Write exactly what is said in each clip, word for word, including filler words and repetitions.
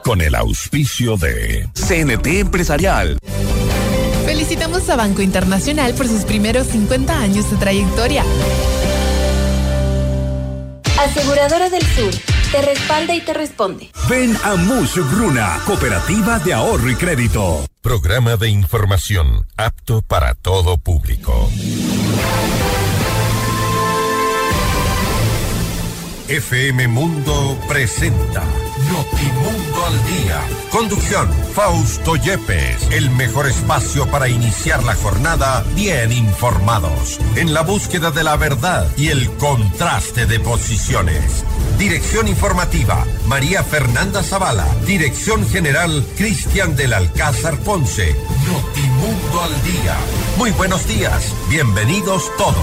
con el auspicio de C N T Empresarial. Felicitamos a Banco Internacional por sus primeros cincuenta años de trayectoria. Aseguradora del Sur, te respalda y te responde. Ven a Musugruna, Cooperativa de Ahorro y Crédito. Programa de información apto para todo público. F M Mundo presenta Notimundo al Día. Conducción, Fausto Yepes. El mejor espacio para iniciar la jornada bien informados, en la búsqueda de la verdad y el contraste de posiciones. Dirección informativa, María Fernanda Zavala. Dirección general, Cristian del Alcázar Ponce. Notimundo al Día. Muy buenos días. Bienvenidos todos.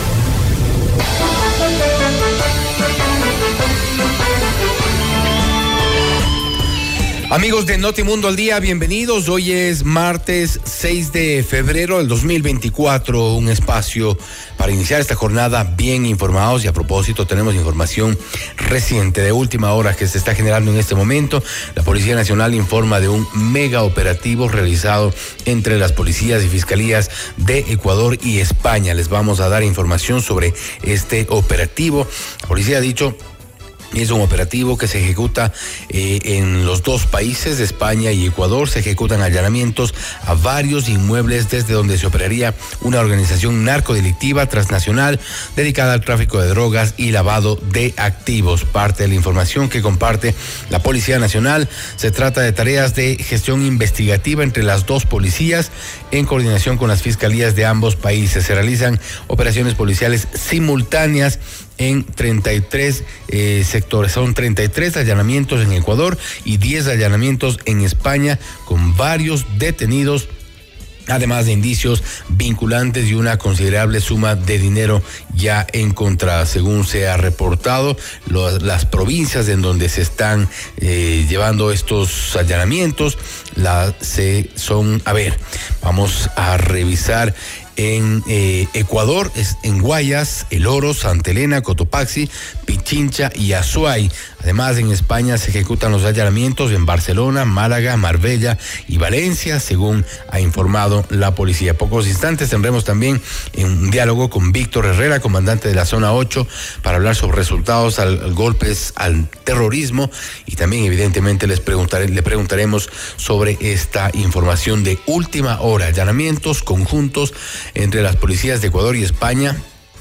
Amigos de Notimundo al Día, bienvenidos. Hoy es martes seis de febrero del dos mil veinticuatro, un espacio para iniciar esta jornada bien informados. Y a propósito, tenemos información reciente de última hora que se está generando en este momento. La Policía Nacional informa de un mega operativo realizado entre las policías y fiscalías de Ecuador y España. Les vamos a dar información sobre este operativo. La policía ha dicho... Es un operativo que se ejecuta eh, en los dos países, España y Ecuador. Se ejecutan allanamientos a varios inmuebles desde donde se operaría una organización narcodelictiva transnacional dedicada al tráfico de drogas y lavado de activos. Parte de la información que comparte la Policía Nacional se trata de tareas de gestión investigativa entre las dos policías en coordinación con las fiscalías de ambos países. Se realizan operaciones policiales simultáneas en treinta y tres eh, sectores. Son treinta y tres allanamientos en Ecuador y diez allanamientos en España, con varios detenidos, además de indicios vinculantes y una considerable suma de dinero ya encontrada. Según se ha reportado, los, las provincias en donde se están eh, llevando estos allanamientos la, se, son, a ver, vamos a revisar. En eh, Ecuador es en Guayas, El Oro, Santa Elena, Cotopaxi, Pichincha y Azuay. Además, en España se ejecutan los allanamientos en Barcelona, Málaga, Marbella y Valencia, según ha informado la policía. A pocos instantes tendremos también un diálogo con Víctor Herrera, comandante de la zona ocho, para hablar sobre resultados al, al golpes al terrorismo, y también evidentemente les preguntaré, le preguntaremos sobre esta información de última hora. Allanamientos conjuntos entre las policías de Ecuador y España.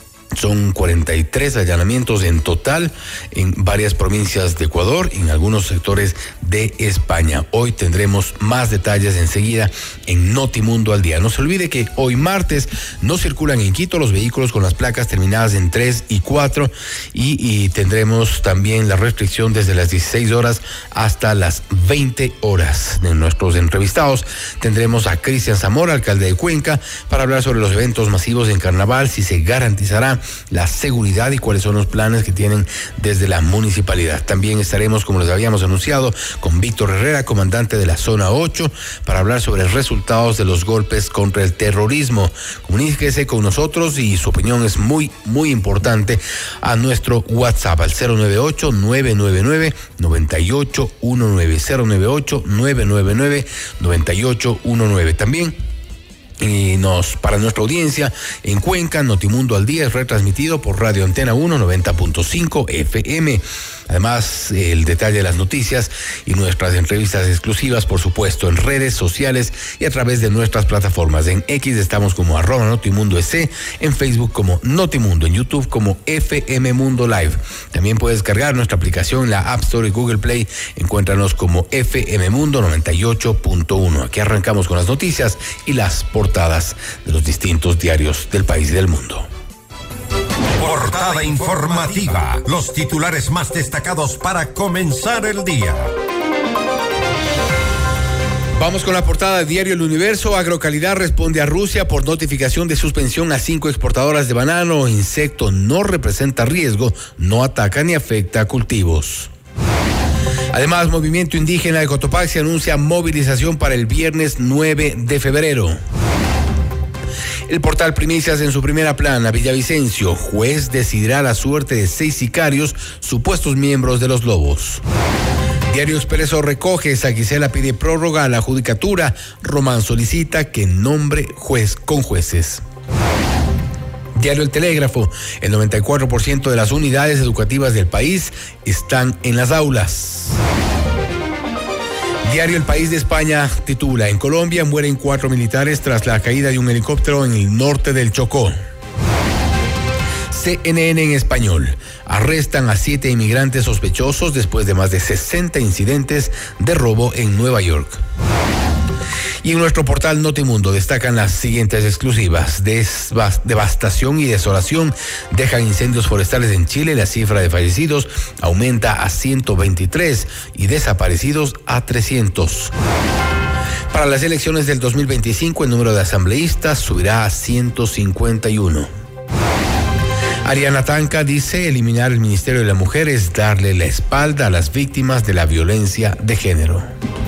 Son cuarenta y tres allanamientos en total en varias provincias de Ecuador y en algunos sectores de España. Hoy tendremos más detalles enseguida en Notimundo al Día. No se olvide que hoy martes no circulan en Quito los vehículos con las placas terminadas en tres y cuatro y, y tendremos también la restricción desde las dieciséis horas hasta las veinte horas. De nuestros entrevistados tendremos a Cristian Zamora, alcalde de Cuenca, para hablar sobre los eventos masivos en Carnaval, si se garantizará la seguridad y cuáles son los planes que tienen desde la municipalidad. También estaremos, como les habíamos anunciado, con Víctor Herrera, comandante de la zona ocho, para hablar sobre resultados de los golpes contra el terrorismo. Comuníquese con nosotros y su opinión es muy, muy importante a nuestro WhatsApp al cero nueve ocho, nueve nueve nueve, nueve ocho uno nueve, cero nueve ocho, nueve nueve nueve, nueve ocho uno nueve. También Y nos, para nuestra audiencia en Cuenca, Notimundo al Día es retransmitido por Radio Antena uno, noventa punto cinco F M. Además, el detalle de las noticias y nuestras entrevistas exclusivas, por supuesto, en redes sociales y a través de nuestras plataformas. En X estamos como arroba Notimundo S C, en Facebook como Notimundo, en YouTube como F M Mundo Live. También puedes descargar nuestra aplicación en la App Store y Google Play. Encuéntranos como F M Mundo noventa y ocho punto uno. Aquí arrancamos con las noticias y las portadas de los distintos diarios del país y del mundo. Portada informativa. Los titulares más destacados para comenzar el día. Vamos con la portada de Diario El Universo. Agrocalidad responde a Rusia por notificación de suspensión a cinco exportadoras de banano. Insecto no representa riesgo, no ataca ni afecta a cultivos. Además, Movimiento Indígena de Cotopaxi anuncia movilización para el viernes nueve de febrero. El portal Primicias en su primera plana, Villavicencio, juez decidirá la suerte de seis sicarios, supuestos miembros de los Lobos. Diario Expreso recoge, Saquicela pide prórroga a la judicatura, Román solicita que nombre juez con jueces. Diario El Telégrafo, el noventa y cuatro por ciento de las unidades educativas del país están en las aulas. Diario El País de España titula, en Colombia mueren cuatro militares tras la caída de un helicóptero en el norte del Chocó. C N N en español, arrestan a siete inmigrantes sospechosos después de más de sesenta incidentes de robo en Nueva York. Y en nuestro portal Notimundo destacan las siguientes exclusivas. Desbast- devastación y desolación dejan incendios forestales en Chile. La cifra de fallecidos aumenta a ciento veintitrés y desaparecidos a trescientos. Para las elecciones del dos mil veinticinco, el número de asambleístas subirá a ciento cincuenta y uno. Ariana Tanca dice, eliminar el Ministerio de la Mujer es darle la espalda a las víctimas de la violencia de género.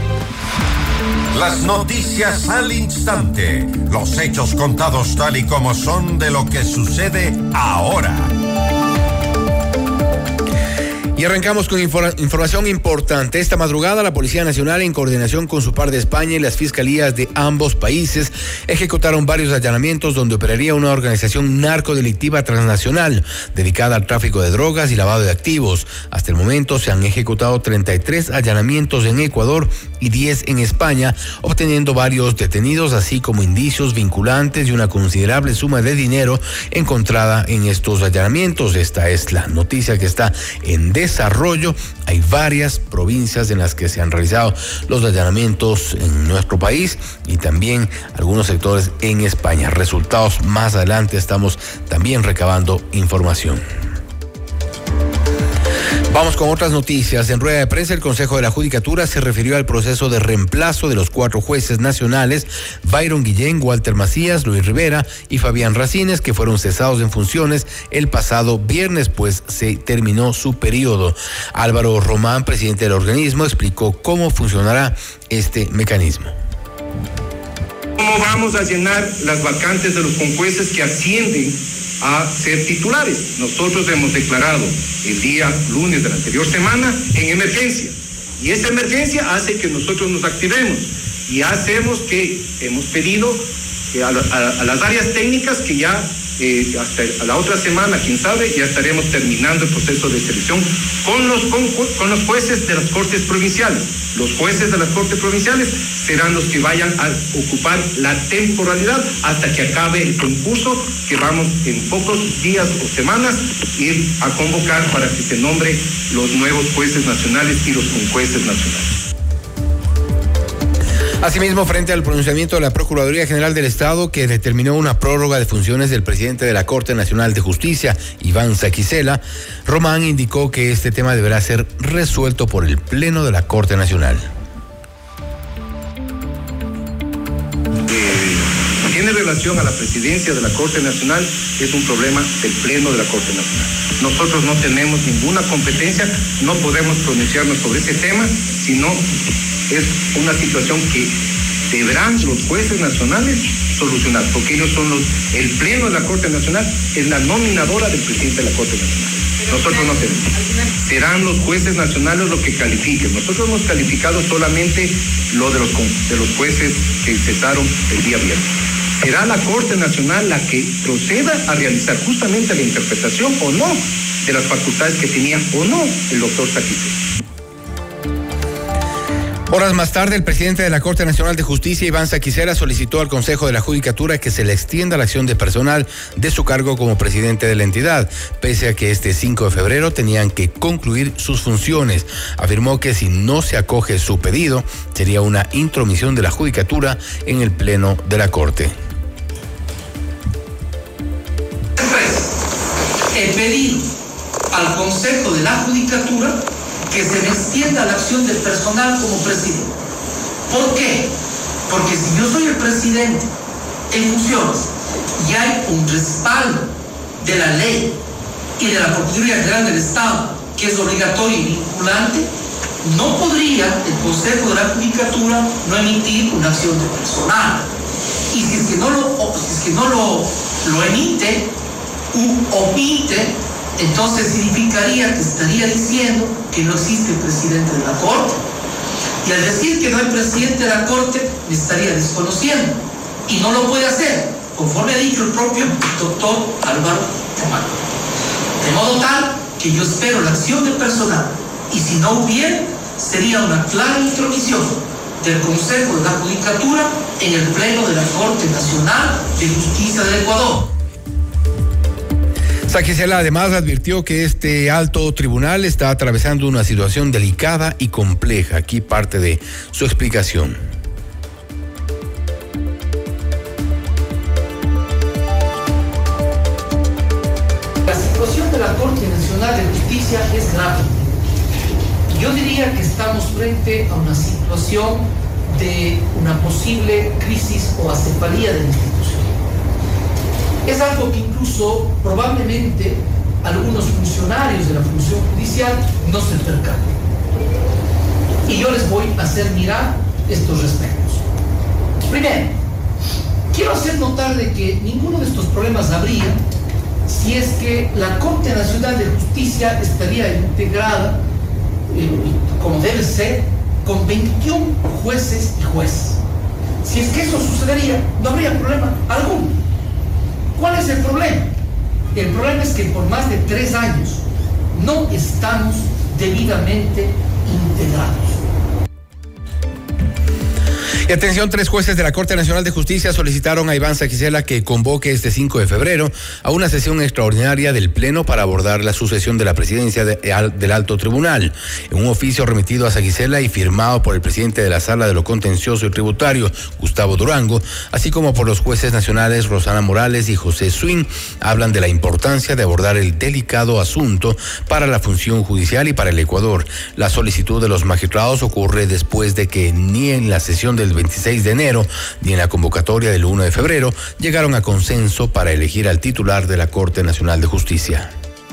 Las noticias al instante, los hechos contados tal y como son de lo que sucede ahora. Y arrancamos con infor- información importante. Esta madrugada, la Policía Nacional, en coordinación con su par de España y las fiscalías de ambos países, ejecutaron varios allanamientos donde operaría una organización narcodelictiva transnacional dedicada al tráfico de drogas y lavado de activos. Hasta el momento se han ejecutado treinta y tres allanamientos en Ecuador y diez en España, obteniendo varios detenidos, así como indicios vinculantes y una considerable suma de dinero encontrada en estos allanamientos. Esta es la noticia que está en desarrollo. Hay varias provincias en las que se han realizado los allanamientos en nuestro país y también algunos sectores en España. Resultados más adelante, estamos también recabando información. Vamos con otras noticias. En rueda de prensa, el Consejo de la Judicatura se refirió al proceso de reemplazo de los cuatro jueces nacionales, Byron Guillén, Walter Macías, Luis Rivera y Fabián Racines, que fueron cesados en funciones el pasado viernes, pues se terminó su periodo. Álvaro Román, presidente del organismo, explicó cómo funcionará este mecanismo. ¿Cómo vamos a llenar las vacantes de los conjueces que ascienden a ser titulares? Nosotros hemos declarado el día lunes de la anterior semana en emergencia, y esa emergencia hace que nosotros nos activemos y hacemos que hemos pedido que a, a, a las áreas técnicas que ya eh, hasta a la otra semana, quién sabe, ya estaremos terminando el proceso de selección con los, con, con los jueces de las Cortes Provinciales. Los jueces de las Cortes Provinciales serán los que vayan a ocupar la temporalidad hasta que acabe el concurso, que vamos en pocos días o semanas ir a convocar para que se nombre los nuevos jueces nacionales y los conjueces nacionales. Asimismo, frente al pronunciamiento de la Procuraduría General del Estado, que determinó una prórroga de funciones del presidente de la Corte Nacional de Justicia, Iván Saquicela, Román indicó que este tema deberá ser resuelto por el Pleno de la Corte Nacional. Eh, tiene relación a la presidencia de la Corte Nacional, es un problema del Pleno de la Corte Nacional. Nosotros no tenemos ninguna competencia, no podemos pronunciarnos sobre ese tema, sino es una situación que deberán los jueces nacionales solucionar, porque ellos son los, el Pleno de la Corte Nacional es la nominadora del presidente de la Corte Nacional. Nosotros no tenemos. Serán los jueces nacionales los que califiquen. Nosotros hemos calificado solamente lo de los, de los jueces que cesaron el día viernes. Será la Corte Nacional la que proceda a realizar justamente la interpretación o no de las facultades que tenía o no el doctor Saquicela. Horas más tarde, el presidente de la Corte Nacional de Justicia, Iván Saquicela, solicitó al Consejo de la Judicatura que se le extienda la acción de personal de su cargo como presidente de la entidad, pese a que este cinco de febrero tenían que concluir sus funciones. Afirmó que si no se acoge su pedido, sería una intromisión de la Judicatura en el Pleno de la Corte. He pedido al Consejo de la Judicatura que se me extienda la acción del personal como presidente. ¿Por qué? Porque si yo soy el presidente en funciones y hay un respaldo de la ley y de la Procuraduría General del Estado que es obligatorio y vinculante, no podría el Consejo de la Judicatura no emitir una acción de personal. Y si es que no lo, si es que no lo, lo emite u omite, entonces significaría que estaría diciendo que no existe el presidente de la Corte. Y al decir que no hay presidente de la Corte, me estaría desconociendo. Y no lo puede hacer, conforme ha dicho el propio doctor Álvaro Román. De modo tal que yo espero la acción del personal. Y si no hubiera, sería una clara intromisión del Consejo de la Judicatura en el Pleno de la Corte Nacional de Justicia del Ecuador. Sá Gisela además advirtió que este alto tribunal está atravesando una situación delicada y compleja. Aquí parte de su explicación. La situación de la Corte Nacional de Justicia es grave. Yo diría que estamos frente a una situación de una posible crisis o acefalía de la institución. Es algo que incluso probablemente algunos funcionarios de la función judicial no se percatan. Y yo les voy a hacer mirar estos respectos. Primero, quiero hacer notar de que ninguno de estos problemas habría si es que la Corte Nacional de Justicia estaría integrada, eh, como debe ser, con veintiún jueces y jueces. Si es que eso sucedería, no habría problema alguno. ¿Cuál es el problema? El problema es que por más de tres años no estamos debidamente integrados. Y atención, tres jueces de la Corte Nacional de Justicia solicitaron a Iván Sá Gisela que convoque este cinco de febrero a una sesión extraordinaria del Pleno para abordar la sucesión de la presidencia de, del Alto Tribunal. En un oficio remitido a Sá Gisela y firmado por el presidente de la Sala de lo Contencioso y Tributario, Gustavo Durango, así como por los jueces nacionales Rosana Morales y José Swing, hablan de la importancia de abordar el delicado asunto para la función judicial y para el Ecuador. La solicitud de los magistrados ocurre después de que ni en la sesión del veintiséis de enero ni en la convocatoria del uno de febrero llegaron a consenso para elegir al titular de la Corte Nacional de Justicia.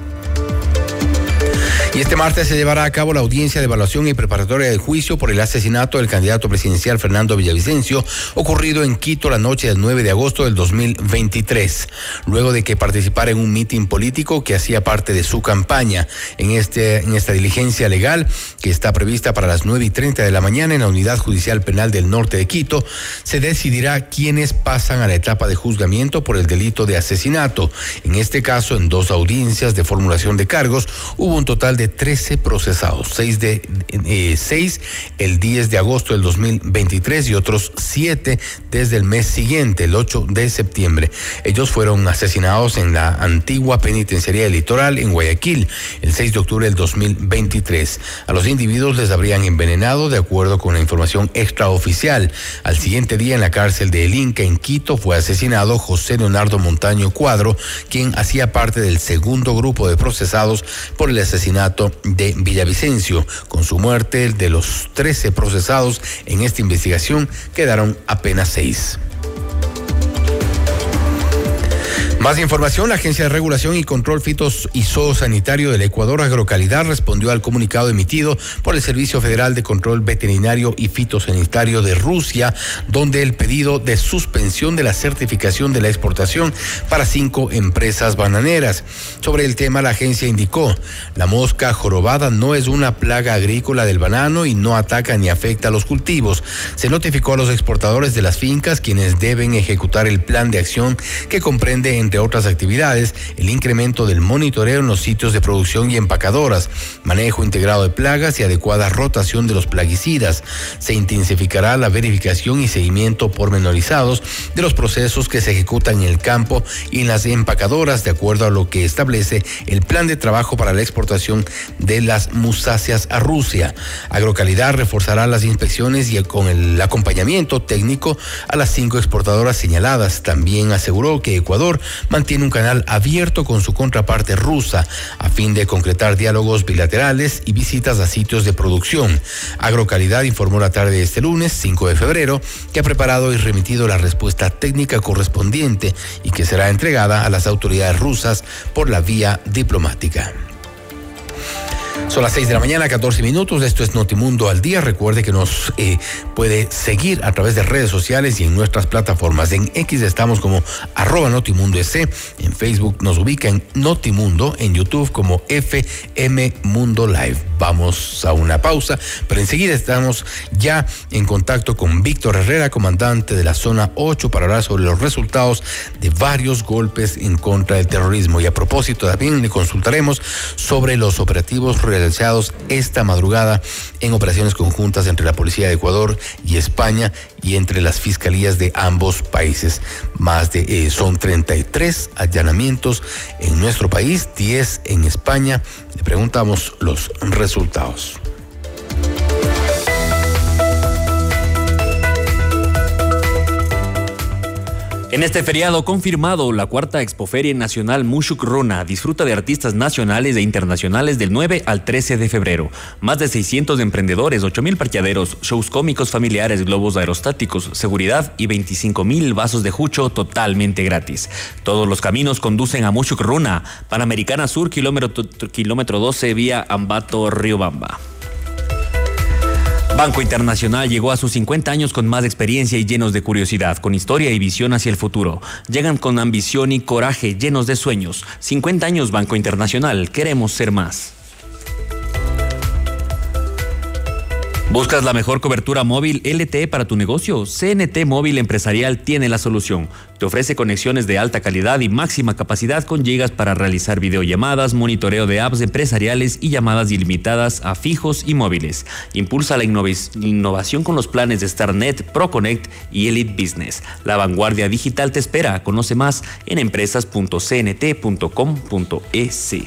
Y este martes se llevará a cabo la audiencia de evaluación y preparatoria del juicio por el asesinato del candidato presidencial Fernando Villavicencio, ocurrido en Quito la noche del nueve de agosto del dos mil veintitrés, luego de que participara en un mitin político que hacía parte de su campaña. En este en esta diligencia legal, que está prevista para las nueve y treinta de la mañana en la Unidad Judicial Penal del Norte de Quito, se decidirá quiénes pasan a la etapa de juzgamiento por el delito de asesinato. En este caso, en dos audiencias de formulación de cargos, hubo un total de trece procesados, seis de eh, seis el diez de agosto del dos mil veintitrés y otros siete desde el mes siguiente, el ocho de septiembre. Ellos fueron asesinados en la antigua penitenciaría del Litoral en Guayaquil el seis de octubre del dos mil veintitrés. A los individuos les habrían envenenado de acuerdo con la información extraoficial. Al siguiente día en la cárcel de El Inca en Quito fue asesinado José Leonardo Montaño Cuadro, quien hacía parte del segundo grupo de procesados por el asesinato de Villavicencio. Con su muerte, de los trece procesados en esta investigación quedaron apenas seis. Más información, la Agencia de Regulación y Control Fitos y Zoosanitario del Ecuador, Agrocalidad, respondió al comunicado emitido por el Servicio Federal de Control Veterinario y Fitosanitario de Rusia, donde el pedido de suspensión de la certificación de la exportación para cinco empresas bananeras. Sobre el tema, la agencia indicó: la mosca jorobada no es una plaga agrícola del banano y no ataca ni afecta a los cultivos. Se notificó a los exportadores de las fincas, quienes deben ejecutar el plan de acción que comprende, entre otras actividades, el incremento del monitoreo en los sitios de producción y empacadoras, manejo integrado de plagas y adecuada rotación de los plaguicidas. Se intensificará la verificación y seguimiento pormenorizados de los procesos que se ejecutan en el campo y en las empacadoras, de acuerdo a lo que establece el plan de trabajo para la exportación de las musáceas a Rusia. Agrocalidad reforzará las inspecciones y con el acompañamiento técnico a las cinco exportadoras señaladas. También aseguró que Ecuador mantiene un canal abierto con su contraparte rusa a fin de concretar diálogos bilaterales y visitas a sitios de producción. Agrocalidad informó la tarde de este lunes, cinco de febrero, que ha preparado y remitido la respuesta técnica correspondiente y que será entregada a las autoridades rusas por la vía diplomática. Son las seis de la mañana, catorce minutos. Esto es Notimundo al Día. Recuerde que nos eh, puede seguir a través de redes sociales y en nuestras plataformas. En X estamos como arroba Notimundo S. En Facebook nos ubica en Notimundo. En YouTube como F M Mundo Live. Vamos a una pausa, pero enseguida estamos ya en contacto con Víctor Herrera, comandante de la zona ocho, para hablar sobre los resultados de varios golpes en contra del terrorismo. Y a propósito, también le consultaremos sobre los operativos realizados esta madrugada en operaciones conjuntas entre la Policía de Ecuador y España y entre las fiscalías de ambos países. Más de, eh, son treinta y tres allanamientos en nuestro país, diez en España. Le preguntamos los resultados. En este feriado confirmado, la cuarta Expoferia Nacional Mushuk Runa disfruta de artistas nacionales e internacionales del nueve al trece de febrero. Más de seiscientos emprendedores, ocho mil parqueaderos, shows cómicos familiares, globos aerostáticos, seguridad y veinticinco mil vasos de jucho totalmente gratis. Todos los caminos conducen a Mushuk Runa, Panamericana Sur, kilómetro, kilómetro doce, vía Ambato, Riobamba. Banco Internacional llegó a sus cincuenta años con más experiencia y llenos de curiosidad, con historia y visión hacia el futuro. Llegan con ambición y coraje, llenos de sueños. cincuenta años Banco Internacional, queremos ser más. ¿Buscas la mejor cobertura móvil L T E para tu negocio? C N T Móvil Empresarial tiene la solución. Te ofrece conexiones de alta calidad y máxima capacidad con gigas para realizar videollamadas, monitoreo de apps empresariales y llamadas ilimitadas a fijos y móviles. Impulsa la innovación con los planes de StarNet, ProConnect y Elite Business. La vanguardia digital te espera. Conoce más en empresas punto c n t punto com punto e s.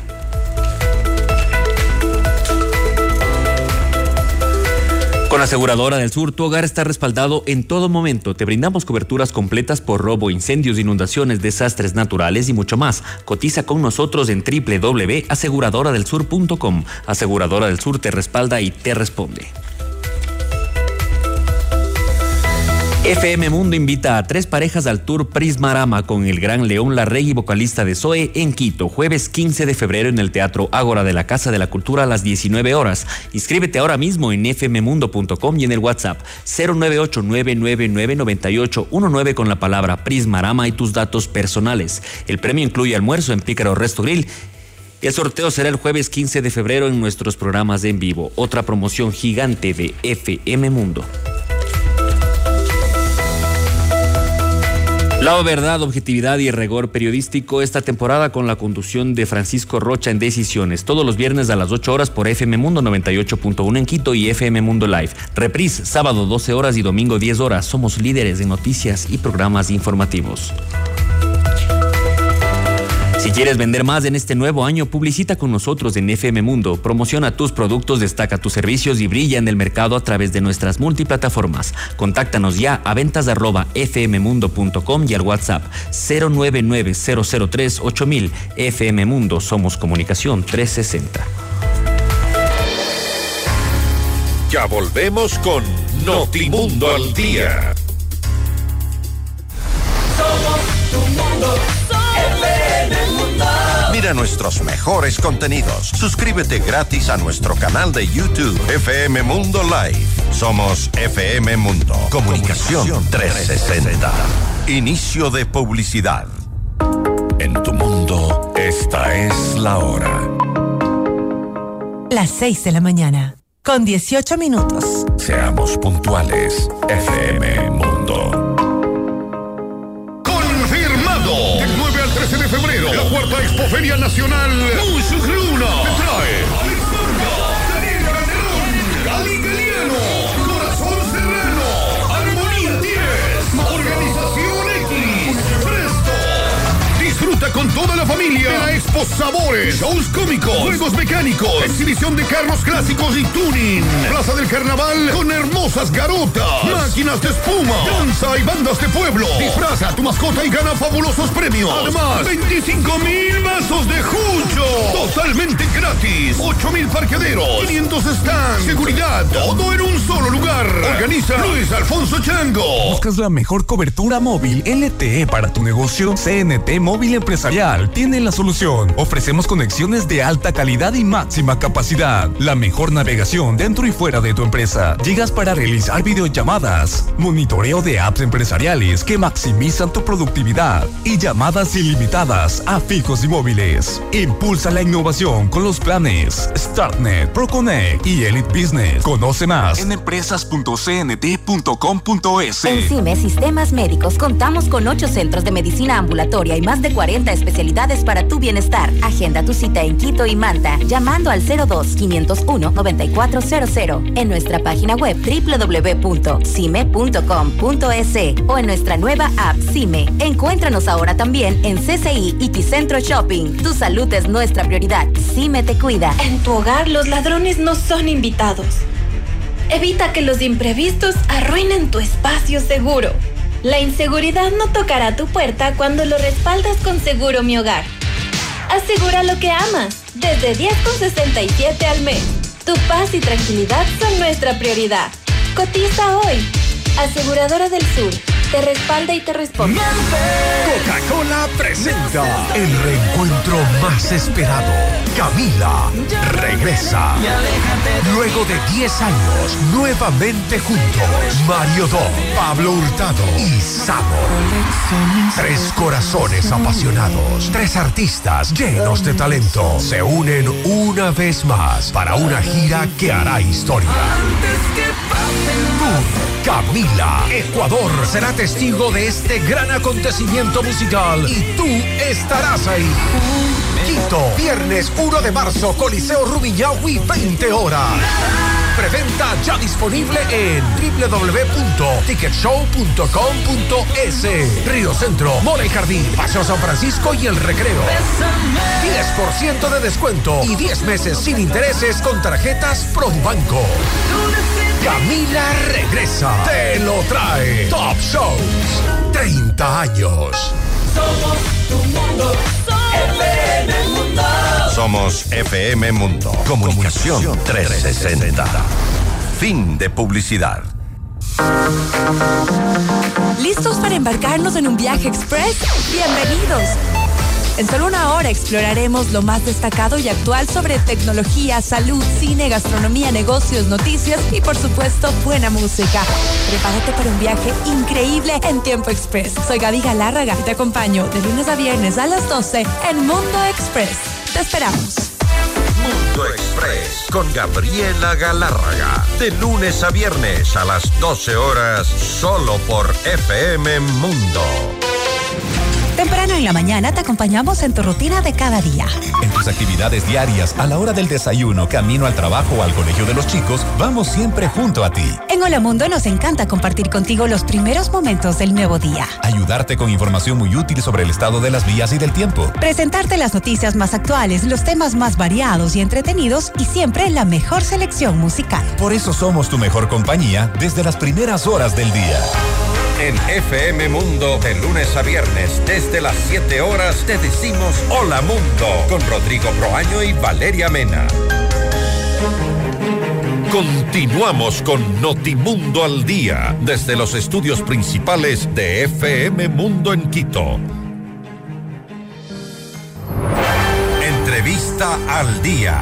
Con Aseguradora del Sur, tu hogar está respaldado en todo momento. Te brindamos coberturas completas por robo, incendios, inundaciones, desastres naturales y mucho más. Cotiza con nosotros en doble u doble u doble u punto aseguradora del sur punto com. Aseguradora del Sur te respalda y te responde. F M Mundo invita a tres parejas al tour Prismarama con el gran León Larregui, vocalista de Zoe, en Quito, jueves quince de febrero en el Teatro Ágora de la Casa de la Cultura a las diecinueve horas. Inscríbete ahora mismo en f m mundo punto com y en el WhatsApp cero nueve ocho nueve nueve nueve nueve ocho uno nueve con la palabra Prismarama y tus datos personales. El premio incluye almuerzo en Pícaro Resto Grill. El sorteo será el jueves quince de febrero en nuestros programas en vivo. Otra promoción gigante de F M Mundo. La verdad, objetividad y rigor periodístico esta temporada con la conducción de Francisco Rocha en Decisiones. Todos los viernes a las ocho horas por F M Mundo noventa y ocho punto uno en Quito y F M Mundo Live. Reprise, sábado doce horas y domingo diez horas. Somos líderes en noticias y programas informativos. Si quieres vender más en este nuevo año, publicita con nosotros en F M Mundo. Promociona tus productos, destaca tus servicios y brilla en el mercado a través de nuestras multiplataformas. Contáctanos ya a ventas arroba f m mundo punto com y al WhatsApp cero nueve nueve cero cero tres ocho mil. F M Mundo, somos comunicación trescientos sesenta. Ya volvemos con Notimundo al Día. Somos tu mundo. Mira nuestros mejores contenidos. Suscríbete gratis a nuestro canal de YouTube F M Mundo Live. Somos F M Mundo. Comunicación trescientos sesenta. Inicio de publicidad. En tu mundo, esta es la hora. Las seis de la mañana, con dieciocho minutos. Seamos puntuales. F M Mundo. Del nueve al trece de febrero, la cuarta Expoferia Nacional Mushuk Runa te trae Daniela Calderón, Gali Galiano, Corazón Serrano, Armonía diez, Organización X, Presto. Disfruta con toda la familia de la Expo Sabores, shows cómicos, juegos mecánicos, exhibición de carros clásicos y tuning, Plaza del Carnaval con hermosas garotas, máquinas de espuma, danza y bandas de pueblo. Disfraza a tu mascota y gana fabulosos premios. Además, veinticinco mil vasos de jucho totalmente gratis, ocho mil parqueaderos, quinientos stands, seguridad, todo en un solo lugar. Organiza presenta Luis Alfonso Chango. ¿Buscas la mejor cobertura móvil L T E para tu negocio? C N T Móvil Empresarial tiene la solución. Ofrecemos conexiones de alta calidad y máxima capacidad. La mejor navegación dentro y fuera de tu empresa. Gigas para realizar videollamadas. Monitoreo de apps empresariales que maximizan tu productividad. Y llamadas ilimitadas a fijos y móviles. Impulsa la innovación con los planes StartNet, ProConnect y Elite Business. Conoce más en empresas punto c n t punto com punto es. En CIME Sistemas Médicos contamos con ocho centros de medicina ambulatoria y más de cuarenta especialidades para tu bienestar. Agenda tu cita en Quito y Manta llamando al cero dos, quinientos uno, noventa y cuatro cero cero en nuestra página web doble u doble u doble u punto cime punto com punto es o en nuestra nueva app CIME. Encuéntranos ahora también en C C I y Ticentro Shopping. Tu salud es nuestra prioridad. CIME te cuida. En tu hogar los ladrones no son invitados. Evita que los imprevistos arruinen tu espacio seguro. La inseguridad no tocará tu puerta cuando lo respaldas con Seguro Mi Hogar. Asegura lo que amas, desde diez con sesenta y siete al mes. Tu paz y tranquilidad son nuestra prioridad. Cotiza hoy. Aseguradora del Sur. Te respalda y te responde. Coca-Cola presenta el reencuentro más esperado. Camila regresa. Luego de diez años, nuevamente juntos. Mario Dom, Pablo Hurtado y Samo. Tres corazones apasionados. Tres artistas llenos de talento. Se unen una vez más para una gira que hará historia. Tour Camila, Ecuador será testigo de este gran acontecimiento musical y tú estarás ahí. Quito, viernes uno de marzo, Coliseo Rumiñahui, veinte horas. Preventa ya disponible en doble u doble u doble u punto ticket show punto com punto es. Río Centro, Mora y Jardín, Paseo San Francisco y El Recreo. diez por ciento de descuento y diez meses sin intereses con tarjetas Produbanco. Camila regresa. Te lo trae Top Shows. treinta años. Somos tu mundo. F M Mundo. Somos F M Mundo. Comunicación trescientos sesenta. Fin de publicidad. ¿Listos para embarcarnos en un viaje express? ¡Bienvenidos! En solo una hora exploraremos lo más destacado y actual sobre tecnología, salud, cine, gastronomía, negocios, noticias y, por supuesto, buena música. Prepárate para un viaje increíble en Tiempo Express. Soy Gaby Galárraga y te acompaño de lunes a viernes a las doce en Mundo Express. Te esperamos. Mundo Express con Gabriela Galárraga. De lunes a viernes a las doce horas, solo por F M Mundo. Temprano en la mañana te acompañamos en tu rutina de cada día. En tus actividades diarias, a la hora del desayuno, camino al trabajo o al colegio de los chicos, vamos siempre junto a ti. En Hola Mundo nos encanta compartir contigo los primeros momentos del nuevo día. Ayudarte con información muy útil sobre el estado de las vías y del tiempo. Presentarte las noticias más actuales, los temas más variados y entretenidos y siempre la mejor selección musical. Por eso somos tu mejor compañía desde las primeras horas del día. En F M Mundo, de lunes a viernes, desde las siete horas, te decimos Hola Mundo, con Rodrigo Proaño y Valeria Mena. Continuamos con Notimundo al Día, desde los estudios principales de F M Mundo en Quito. Entrevista al Día.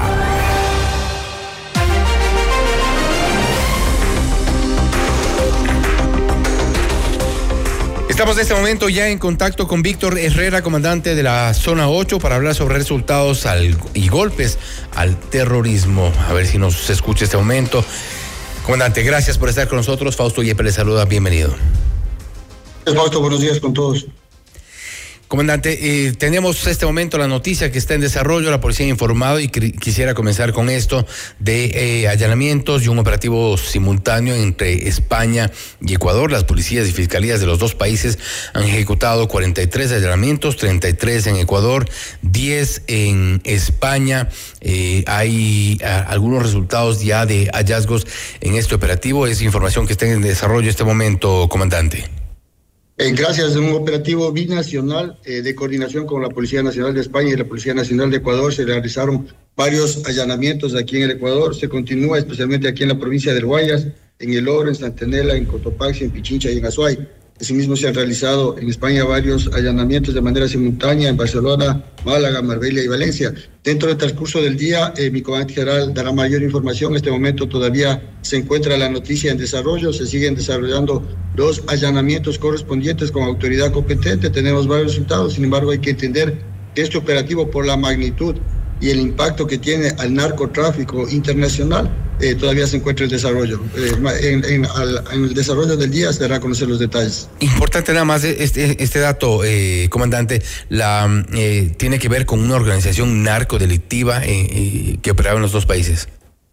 Estamos en este momento ya en contacto con Víctor Herrera, comandante de la Zona ocho, para hablar sobre resultados al, y golpes al terrorismo. A ver si nos escucha este momento. Comandante, gracias por estar con nosotros. Fausto Yepes le saluda, bienvenido. Fausto, buenos días con todos. Comandante, eh, tenemos este momento la noticia que está en desarrollo, la policía ha informado y quisiera comenzar con esto de eh, allanamientos y un operativo simultáneo entre España y Ecuador. Las policías y fiscalías de los dos países han ejecutado cuarenta y tres allanamientos, treinta y tres en Ecuador, diez en España. Eh, hay a, algunos resultados ya de hallazgos en este operativo. Es información que está en desarrollo en este momento, comandante. Eh, gracias a un operativo binacional eh, de coordinación con la Policía Nacional de España y la Policía Nacional de Ecuador, se realizaron varios allanamientos aquí en el Ecuador. Se continúa especialmente aquí en la provincia del Guayas, en El Oro, en Santenela, en Cotopaxi, en Pichincha y en Azuay. Asimismo, se han realizado en España varios allanamientos de manera simultánea en Barcelona, Málaga, Marbella y Valencia. Dentro del transcurso del día, eh, mi comandante general dará mayor información. En este momento todavía se encuentra la noticia en desarrollo. Se siguen desarrollando dos allanamientos correspondientes con autoridad competente. Tenemos varios resultados. Sin embargo, hay que entender que este operativo, por la magnitud y el impacto que tiene al narcotráfico internacional, eh, todavía se encuentra en desarrollo. Eh, en, en, al, en el desarrollo del día se dará a conocer los detalles. Importante nada más este, este dato, eh, comandante, la, eh, tiene que ver con una organización narcodelictiva eh, eh, que operaba en los dos países.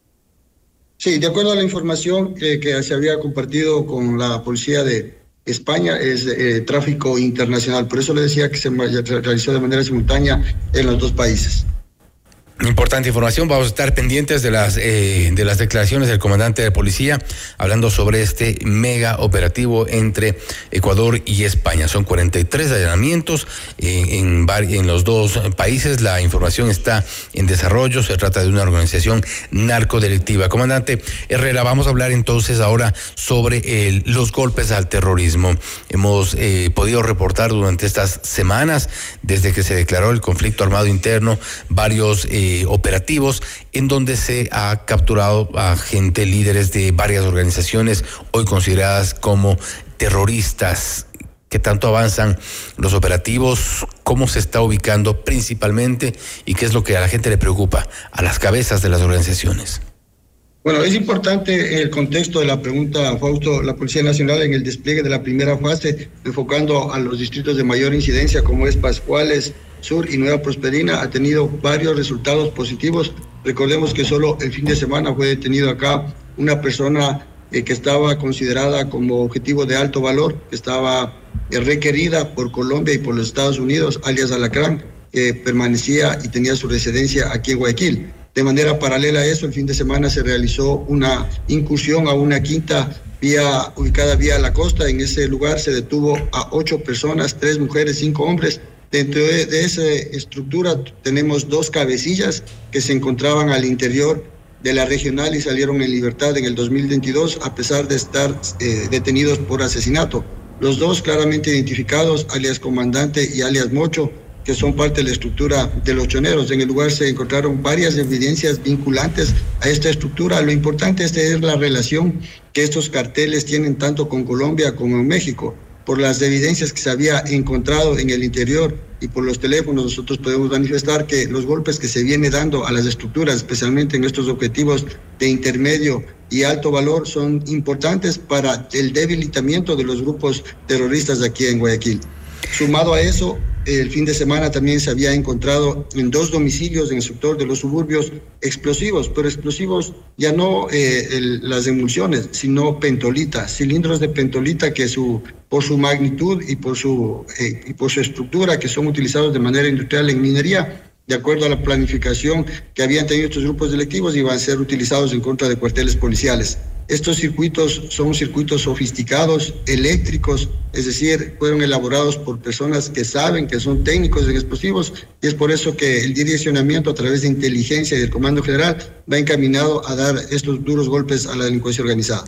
Sí, de acuerdo a la información que, que se había compartido con la policía de España, es eh, tráfico internacional. Por eso le decía que se realizó de manera simultánea en los dos países. Importante información. Vamos a estar pendientes de las eh, de las declaraciones del comandante de policía hablando sobre este mega operativo entre Ecuador y España. Son cuarenta y tres allanamientos eh, en, en los dos países. La información está en desarrollo. Se trata de una organización narcodelictiva. Comandante Herrera, vamos a hablar entonces ahora sobre el, los golpes al terrorismo. Hemos eh, podido reportar durante estas semanas, desde que se declaró el conflicto armado interno, varios eh, operativos en donde se ha capturado a gente, líderes de varias organizaciones hoy consideradas como terroristas. ¿Qué tanto avanzan los operativos? ¿Cómo se está ubicando principalmente? ¿Y qué es lo que a la gente le preocupa, a las cabezas de las organizaciones? Bueno, es importante el contexto de la pregunta, Fausto. La Policía Nacional, en el despliegue de la primera fase, enfocando a los distritos de mayor incidencia como es Pascuales, Sur y Nueva Prosperina, ha tenido varios resultados positivos. Recordemos que solo el fin de semana fue detenido acá una persona eh, que estaba considerada como objetivo de alto valor, que estaba eh, requerida por Colombia y por los Estados Unidos, alias Alacrán, que permanecía y tenía su residencia aquí en Guayaquil. De manera paralela a eso, el fin de semana se realizó una incursión a una quinta vía, ubicada vía la costa. En ese lugar se detuvo a ocho personas, tres mujeres, cinco hombres. Dentro de, de esa estructura tenemos dos cabecillas que se encontraban al interior de la regional y salieron en libertad en el dos mil veintidós a pesar de estar eh, detenidos por asesinato. Los dos claramente identificados, alias Comandante y alias Mocho, que son parte de la estructura de los choneros. En el lugar se encontraron varias evidencias vinculantes a esta estructura. Lo importante es tener la relación que estos carteles tienen tanto con Colombia como en México. Por las evidencias que se había encontrado en el interior y por los teléfonos, nosotros podemos manifestar que los golpes que se viene dando a las estructuras, especialmente en estos objetivos de intermedio y alto valor, son importantes para el debilitamiento de los grupos terroristas de aquí en Guayaquil. Sumado a eso, el fin de semana también se había encontrado en dos domicilios en el sector de los suburbios explosivos, pero explosivos ya no eh, el, las emulsiones, sino pentolita, cilindros de pentolita que su, por su magnitud y por su, eh, y por su estructura, que son utilizados de manera industrial en minería, de acuerdo a la planificación que habían tenido estos grupos delictivos, iban a ser utilizados en contra de cuarteles policiales. Estos circuitos son circuitos sofisticados, eléctricos, es decir, fueron elaborados por personas que saben, que son técnicos en explosivos, y es por eso que el direccionamiento a través de inteligencia y del Comando General va encaminado a dar estos duros golpes a la delincuencia organizada.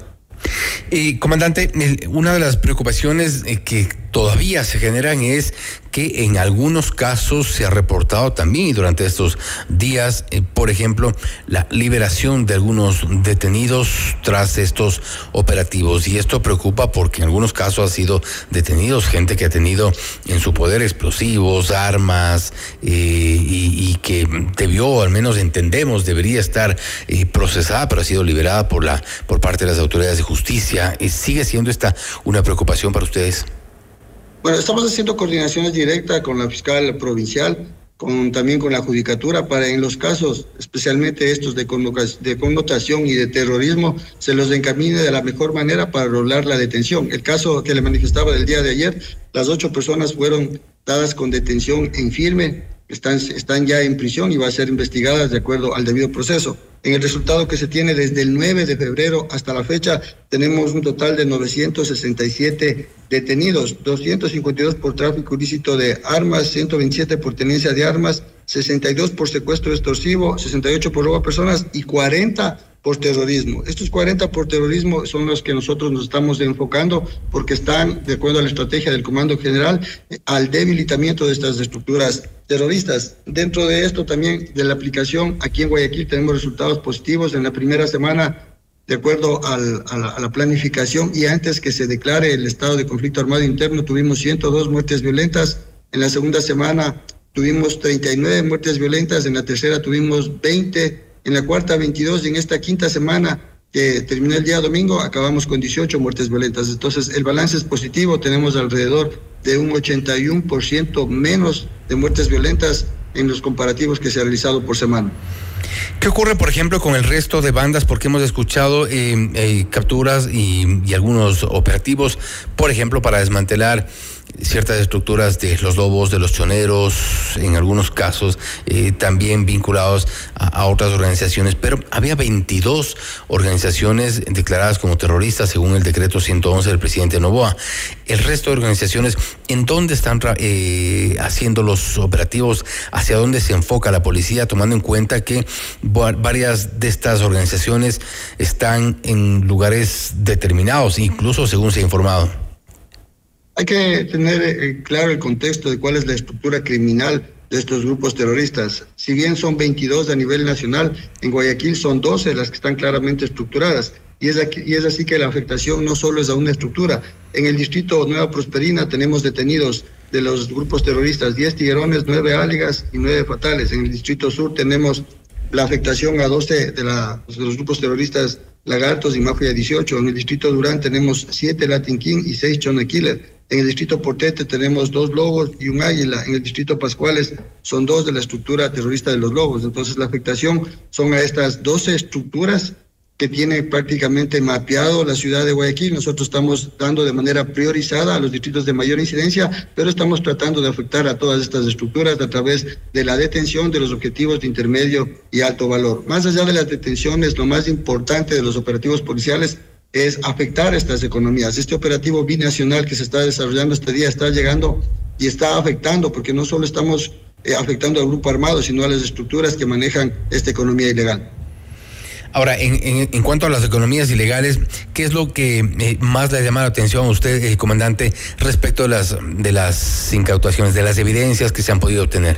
Eh, comandante, una de las preocupaciones eh, que todavía se generan es que en algunos casos se ha reportado también durante estos días, eh, por ejemplo, la liberación de algunos detenidos tras estos operativos. Y esto preocupa porque en algunos casos ha sido detenidos gente que ha tenido en su poder explosivos, armas, eh, y, y que debió, al menos entendemos, debería estar eh, procesada, pero ha sido liberada por la por parte de las autoridades de justicia. Eh, ¿Sigue siendo esta una preocupación para ustedes? Bueno, estamos haciendo coordinaciones directas con la fiscal provincial, con, también con la judicatura, para en los casos, especialmente estos de, de connotación y de terrorismo, se los encamine de la mejor manera para lograr la detención. El caso que le manifestaba del día de ayer, las ocho personas fueron dadas con detención en firme, están, están ya en prisión y van a ser investigadas de acuerdo al debido proceso. En el resultado que se tiene desde el nueve de febrero hasta la fecha, tenemos un total de novecientos sesenta y siete detenidos, doscientos cincuenta y dos por tráfico ilícito de armas, ciento veintisiete por tenencia de armas, sesenta y dos por secuestro extorsivo, sesenta y ocho por robo a personas y cuarenta por terrorismo. Estos cuarenta por terrorismo son los que nosotros nos estamos enfocando porque están, de acuerdo a la estrategia del Comando General, al debilitamiento de estas estructuras terroristas. Dentro de esto también, de la aplicación, aquí en Guayaquil tenemos resultados positivos. En la primera semana, de acuerdo al, a, la, a la planificación y antes que se declare el estado de conflicto armado interno, tuvimos ciento dos muertes violentas. En la segunda semana tuvimos treinta y nueve muertes violentas, en la tercera tuvimos veinte, en la cuarta veintidós, y en esta quinta semana que terminó el día domingo acabamos con dieciocho muertes violentas. Entonces el balance es positivo, tenemos alrededor de un ochenta y uno por ciento menos de muertes violentas en los comparativos que se ha realizado por semana. ¿Qué ocurre, por ejemplo, con el resto de bandas? Porque hemos escuchado eh, eh, capturas y, y algunos operativos, por ejemplo, para desmantelar ciertas estructuras de los lobos, de los choneros, en algunos casos eh, también vinculados a, a otras organizaciones, pero había veintidós organizaciones declaradas como terroristas según el decreto ciento once del presidente Noboa. El resto de organizaciones, ¿en dónde están eh, haciendo los operativos? ¿Hacia dónde se enfoca la policía, tomando en cuenta que varias de estas organizaciones están en lugares determinados, incluso según se ha informado? Hay que tener eh, claro el contexto de cuál es la estructura criminal de estos grupos terroristas. Si bien son veintidós a nivel nacional, en Guayaquil son doce las que están claramente estructuradas. Y es, aquí, y es así que la afectación no solo es a una estructura. En el distrito Nueva Prosperina tenemos detenidos de los grupos terroristas diez tiguerones, nueve áligas y nueve fatales. En el distrito sur tenemos la afectación a doce de, la, de los grupos terroristas Lagartos y Mafia dieciocho. En el distrito Durán tenemos siete Latin King y seis Chona Killer. En el distrito Portete tenemos dos lobos y un águila. En el distrito Pascuales son dos de la estructura terrorista de los lobos. Entonces la afectación son a estas doce estructuras que tiene prácticamente mapeado la ciudad de Guayaquil. Nosotros estamos dando de manera priorizada a los distritos de mayor incidencia, pero estamos tratando de afectar a todas estas estructuras a través de la detención de los objetivos de intermedio y alto valor. Más allá de las detenciones, lo más importante de los operativos policiales es afectar estas economías. Este operativo binacional que se está desarrollando este día está llegando y está afectando, porque no solo estamos eh, afectando al grupo armado, sino a las estructuras que manejan esta economía ilegal. Ahora, en, en, en cuanto a las economías ilegales, ¿qué es lo que eh, más le llama la atención a usted, eh, comandante, respecto de las, de las incautaciones, de las evidencias que se han podido obtener?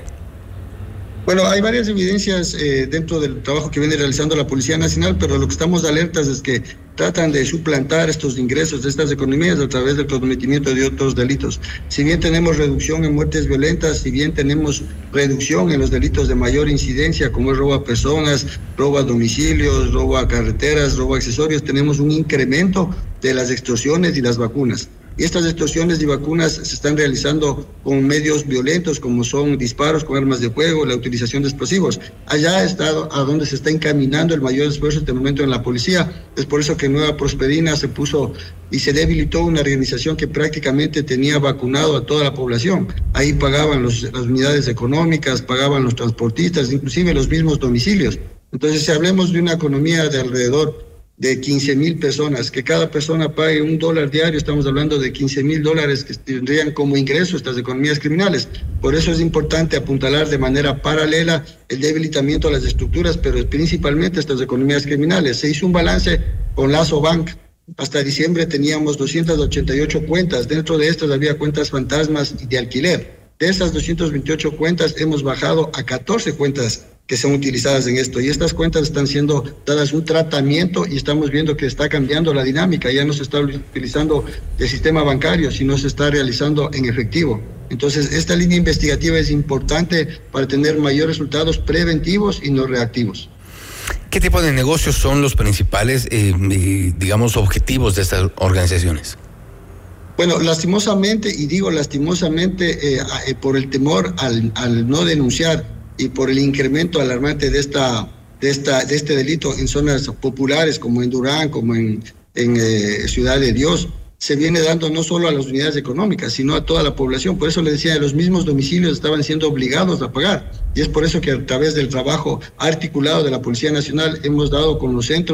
Bueno, hay varias evidencias eh, dentro del trabajo que viene realizando la Policía Nacional, pero lo que estamos alertas es que tratan de suplantar estos ingresos de estas economías a través del cometimiento de otros delitos. Si bien tenemos reducción en muertes violentas, si bien tenemos reducción en los delitos de mayor incidencia, como es robo a personas, robo a domicilios, robo a carreteras, robo a accesorios, tenemos un incremento de las extorsiones y las vacunas. Y estas extorsiones y vacunas se están realizando con medios violentos, como son disparos con armas de fuego, la utilización de explosivos. Allá está a donde se está encaminando el mayor esfuerzo en este momento en la policía. Es por eso que en Nueva Prosperina se puso y se debilitó una organización que prácticamente tenía vacunado a toda la población. Ahí pagaban los, las unidades económicas, pagaban los transportistas, inclusive los mismos domicilios. Entonces, si hablemos de una economía de alrededor de quince mil personas, que cada persona pague un dólar diario, estamos hablando de quince mil dólares que tendrían como ingreso estas economías criminales. Por eso es importante apuntalar de manera paralela el debilitamiento de las estructuras, pero principalmente estas economías criminales. Se hizo un balance con Lazo Bank. Hasta diciembre teníamos doscientas ochenta y ocho cuentas. Dentro de estas había cuentas fantasmas y de alquiler. De esas doscientas veintiocho cuentas hemos bajado a catorce cuentas que son utilizadas en esto, y estas cuentas están siendo dadas un tratamiento y estamos viendo que está cambiando la dinámica. Ya no se está utilizando el sistema bancario, sino se está realizando en efectivo. Entonces, esta línea investigativa es importante para tener mayores resultados preventivos y no reactivos. ¿Qué tipo de negocios son los principales, eh, digamos, objetivos de estas organizaciones? Bueno, lastimosamente, y digo lastimosamente eh, eh, por el temor al, al no denunciar y por el incremento alarmante de esta, de esta, de este delito en zonas populares como en Durán, como en, en eh, Ciudad de Dios, se viene dando no solo a las unidades económicas, sino a toda la población. Por eso le decía, los mismos domicilios estaban siendo obligados a pagar. Y es por eso que a través del trabajo articulado de la Policía Nacional hemos dado con los centros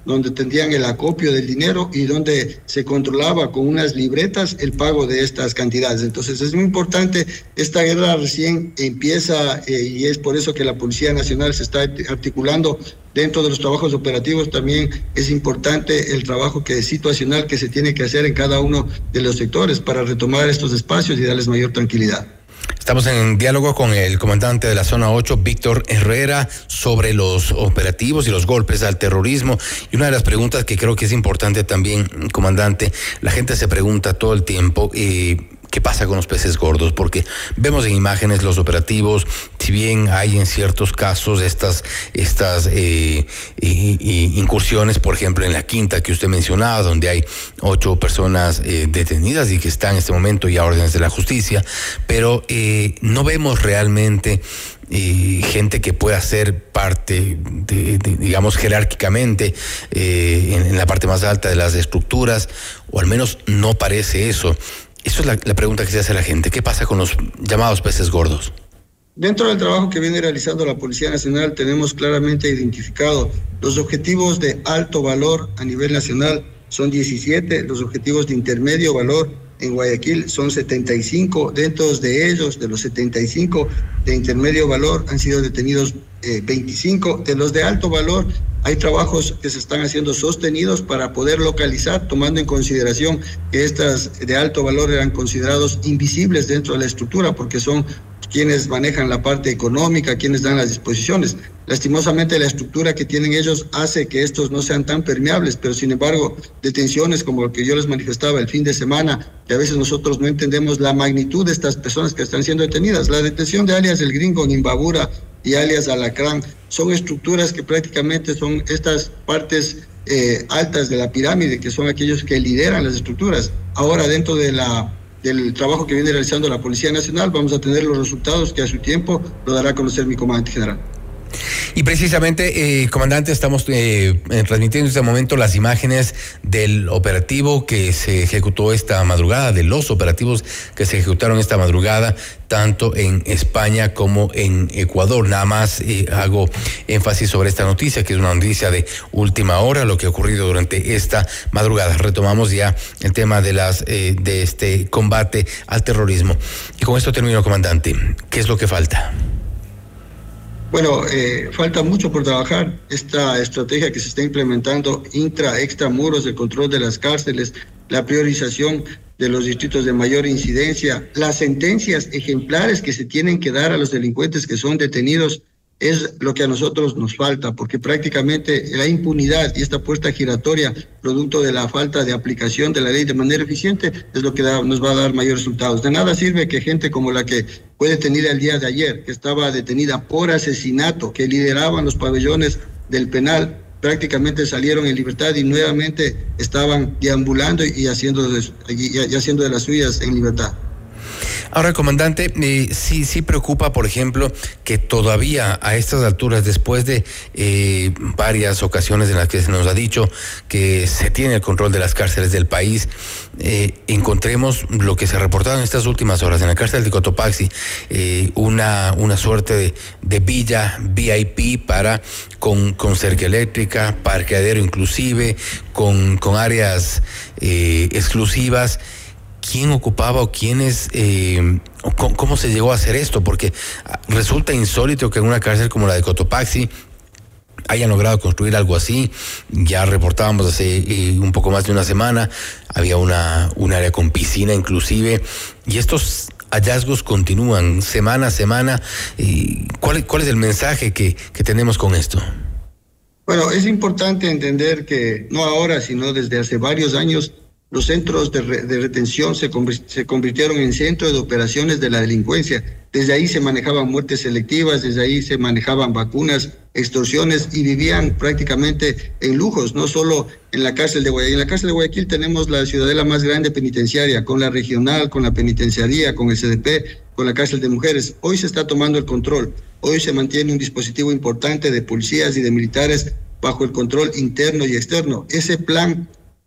donde tendrían el acopio del dinero y donde se controlaba con unas libretas el pago de estas cantidades. Entonces es muy importante, esta guerra recién empieza eh, y es por eso que la Policía Nacional se está articulando. Dentro de los trabajos operativos también es importante el trabajo que es situacional que se tiene que hacer en cada uno de los sectores para retomar estos espacios y darles mayor tranquilidad. Estamos en diálogo con el comandante de la zona ocho, Víctor Herrera, sobre los operativos y los golpes al terrorismo. Y una de las preguntas que creo que es importante también, comandante, la gente se pregunta todo el tiempo, eh, ¿qué pasa con los peces gordos? Porque vemos en imágenes los operativos, si bien hay en ciertos casos estas, estas eh, eh, eh, incursiones, por ejemplo, en la quinta que usted mencionaba, donde hay ocho personas eh, detenidas y que están en este momento ya a órdenes de la justicia, pero eh, no vemos realmente eh, gente que pueda ser parte, de, de, digamos, jerárquicamente eh, en, en la parte más alta de las estructuras, o al menos no parece eso. Eso es la, la pregunta que se hace a la gente. ¿Qué pasa con los llamados peces gordos? Dentro del trabajo que viene realizando la Policía Nacional tenemos claramente identificado los objetivos de alto valor a nivel nacional son diecisiete, los objetivos de intermedio valor en Guayaquil son setenta y cinco, dentro de ellos, de los setenta y cinco de intermedio valor, han sido detenidos eh, veinticinco, de los de alto valor hay trabajos que se están haciendo sostenidos para poder localizar, tomando en consideración que estas de alto valor eran considerados invisibles dentro de la estructura, porque son quienes manejan la parte económica, quienes dan las disposiciones. Lastimosamente la estructura que tienen ellos hace que estos no sean tan permeables, pero sin embargo detenciones como lo que yo les manifestaba el fin de semana, que a veces nosotros no entendemos la magnitud de estas personas que están siendo detenidas. La detención de alias El Gringo en Imbabura y alias Alacrán son estructuras que prácticamente son estas partes eh, altas de la pirámide, que son aquellos que lideran las estructuras. Ahora dentro de la del trabajo que viene realizando la Policía Nacional, vamos a tener los resultados que a su tiempo lo dará a conocer mi comandante general. Y precisamente, eh, comandante, estamos eh, transmitiendo en este momento las imágenes del operativo que se ejecutó esta madrugada, de los operativos que se ejecutaron esta madrugada, tanto en España como en Ecuador. Nada más eh, hago énfasis sobre esta noticia, que es una noticia de última hora, lo que ha ocurrido durante esta madrugada. Retomamos ya el tema de las eh, de este combate al terrorismo. Y con esto termino, comandante. ¿Qué es lo que falta? Bueno, eh, falta mucho por trabajar. Esta estrategia que se está implementando intra, extramuros, el control de las cárceles, la priorización de los distritos de mayor incidencia, las sentencias ejemplares que se tienen que dar a los delincuentes que son detenidos, es lo que a nosotros nos falta, porque prácticamente la impunidad y esta puerta giratoria, producto de la falta de aplicación de la ley de manera eficiente, es lo que da, nos va a dar mayores resultados. De nada sirve que gente como la que fue detenida el día de ayer, que estaba detenida por asesinato, que lideraban los pabellones del penal, prácticamente salieron en libertad y nuevamente estaban deambulando y haciendo de, y, y haciendo de las suyas en libertad. Ahora, comandante, eh, sí, sí preocupa, por ejemplo, que todavía a estas alturas, después de eh, varias ocasiones en las que se nos ha dicho que se tiene el control de las cárceles del país, eh, encontremos lo que se ha reportado en estas últimas horas en la cárcel de Cotopaxi, eh, una, una suerte de, de villa V I P para con, con cerca eléctrica, parqueadero inclusive, con, con áreas eh, exclusivas. ¿Quién ocupaba o quiénes, eh, o cómo, cómo se llegó a hacer esto? Porque resulta insólito que en una cárcel como la de Cotopaxi hayan logrado construir algo así. Ya reportábamos hace eh, un poco más de una semana, había una, un área con piscina inclusive, y estos hallazgos continúan semana a semana. Eh, ¿cuál, ¿Cuál es el mensaje que, que tenemos con esto? Bueno, es importante entender que no ahora, sino desde hace varios años, los centros de, re, de retención se, se convirtieron en centros de operaciones de la delincuencia. Desde ahí se manejaban muertes selectivas, desde ahí se manejaban vacunas, extorsiones y vivían prácticamente en lujos, no solo en la cárcel de Guayaquil. En la cárcel de Guayaquil tenemos la ciudadela más grande penitenciaria, con la regional, con la penitenciaría, con el C D P, con la cárcel de mujeres. Hoy se está tomando el control. Hoy se mantiene un dispositivo importante de policías y de militares bajo el control interno y externo. Ese plan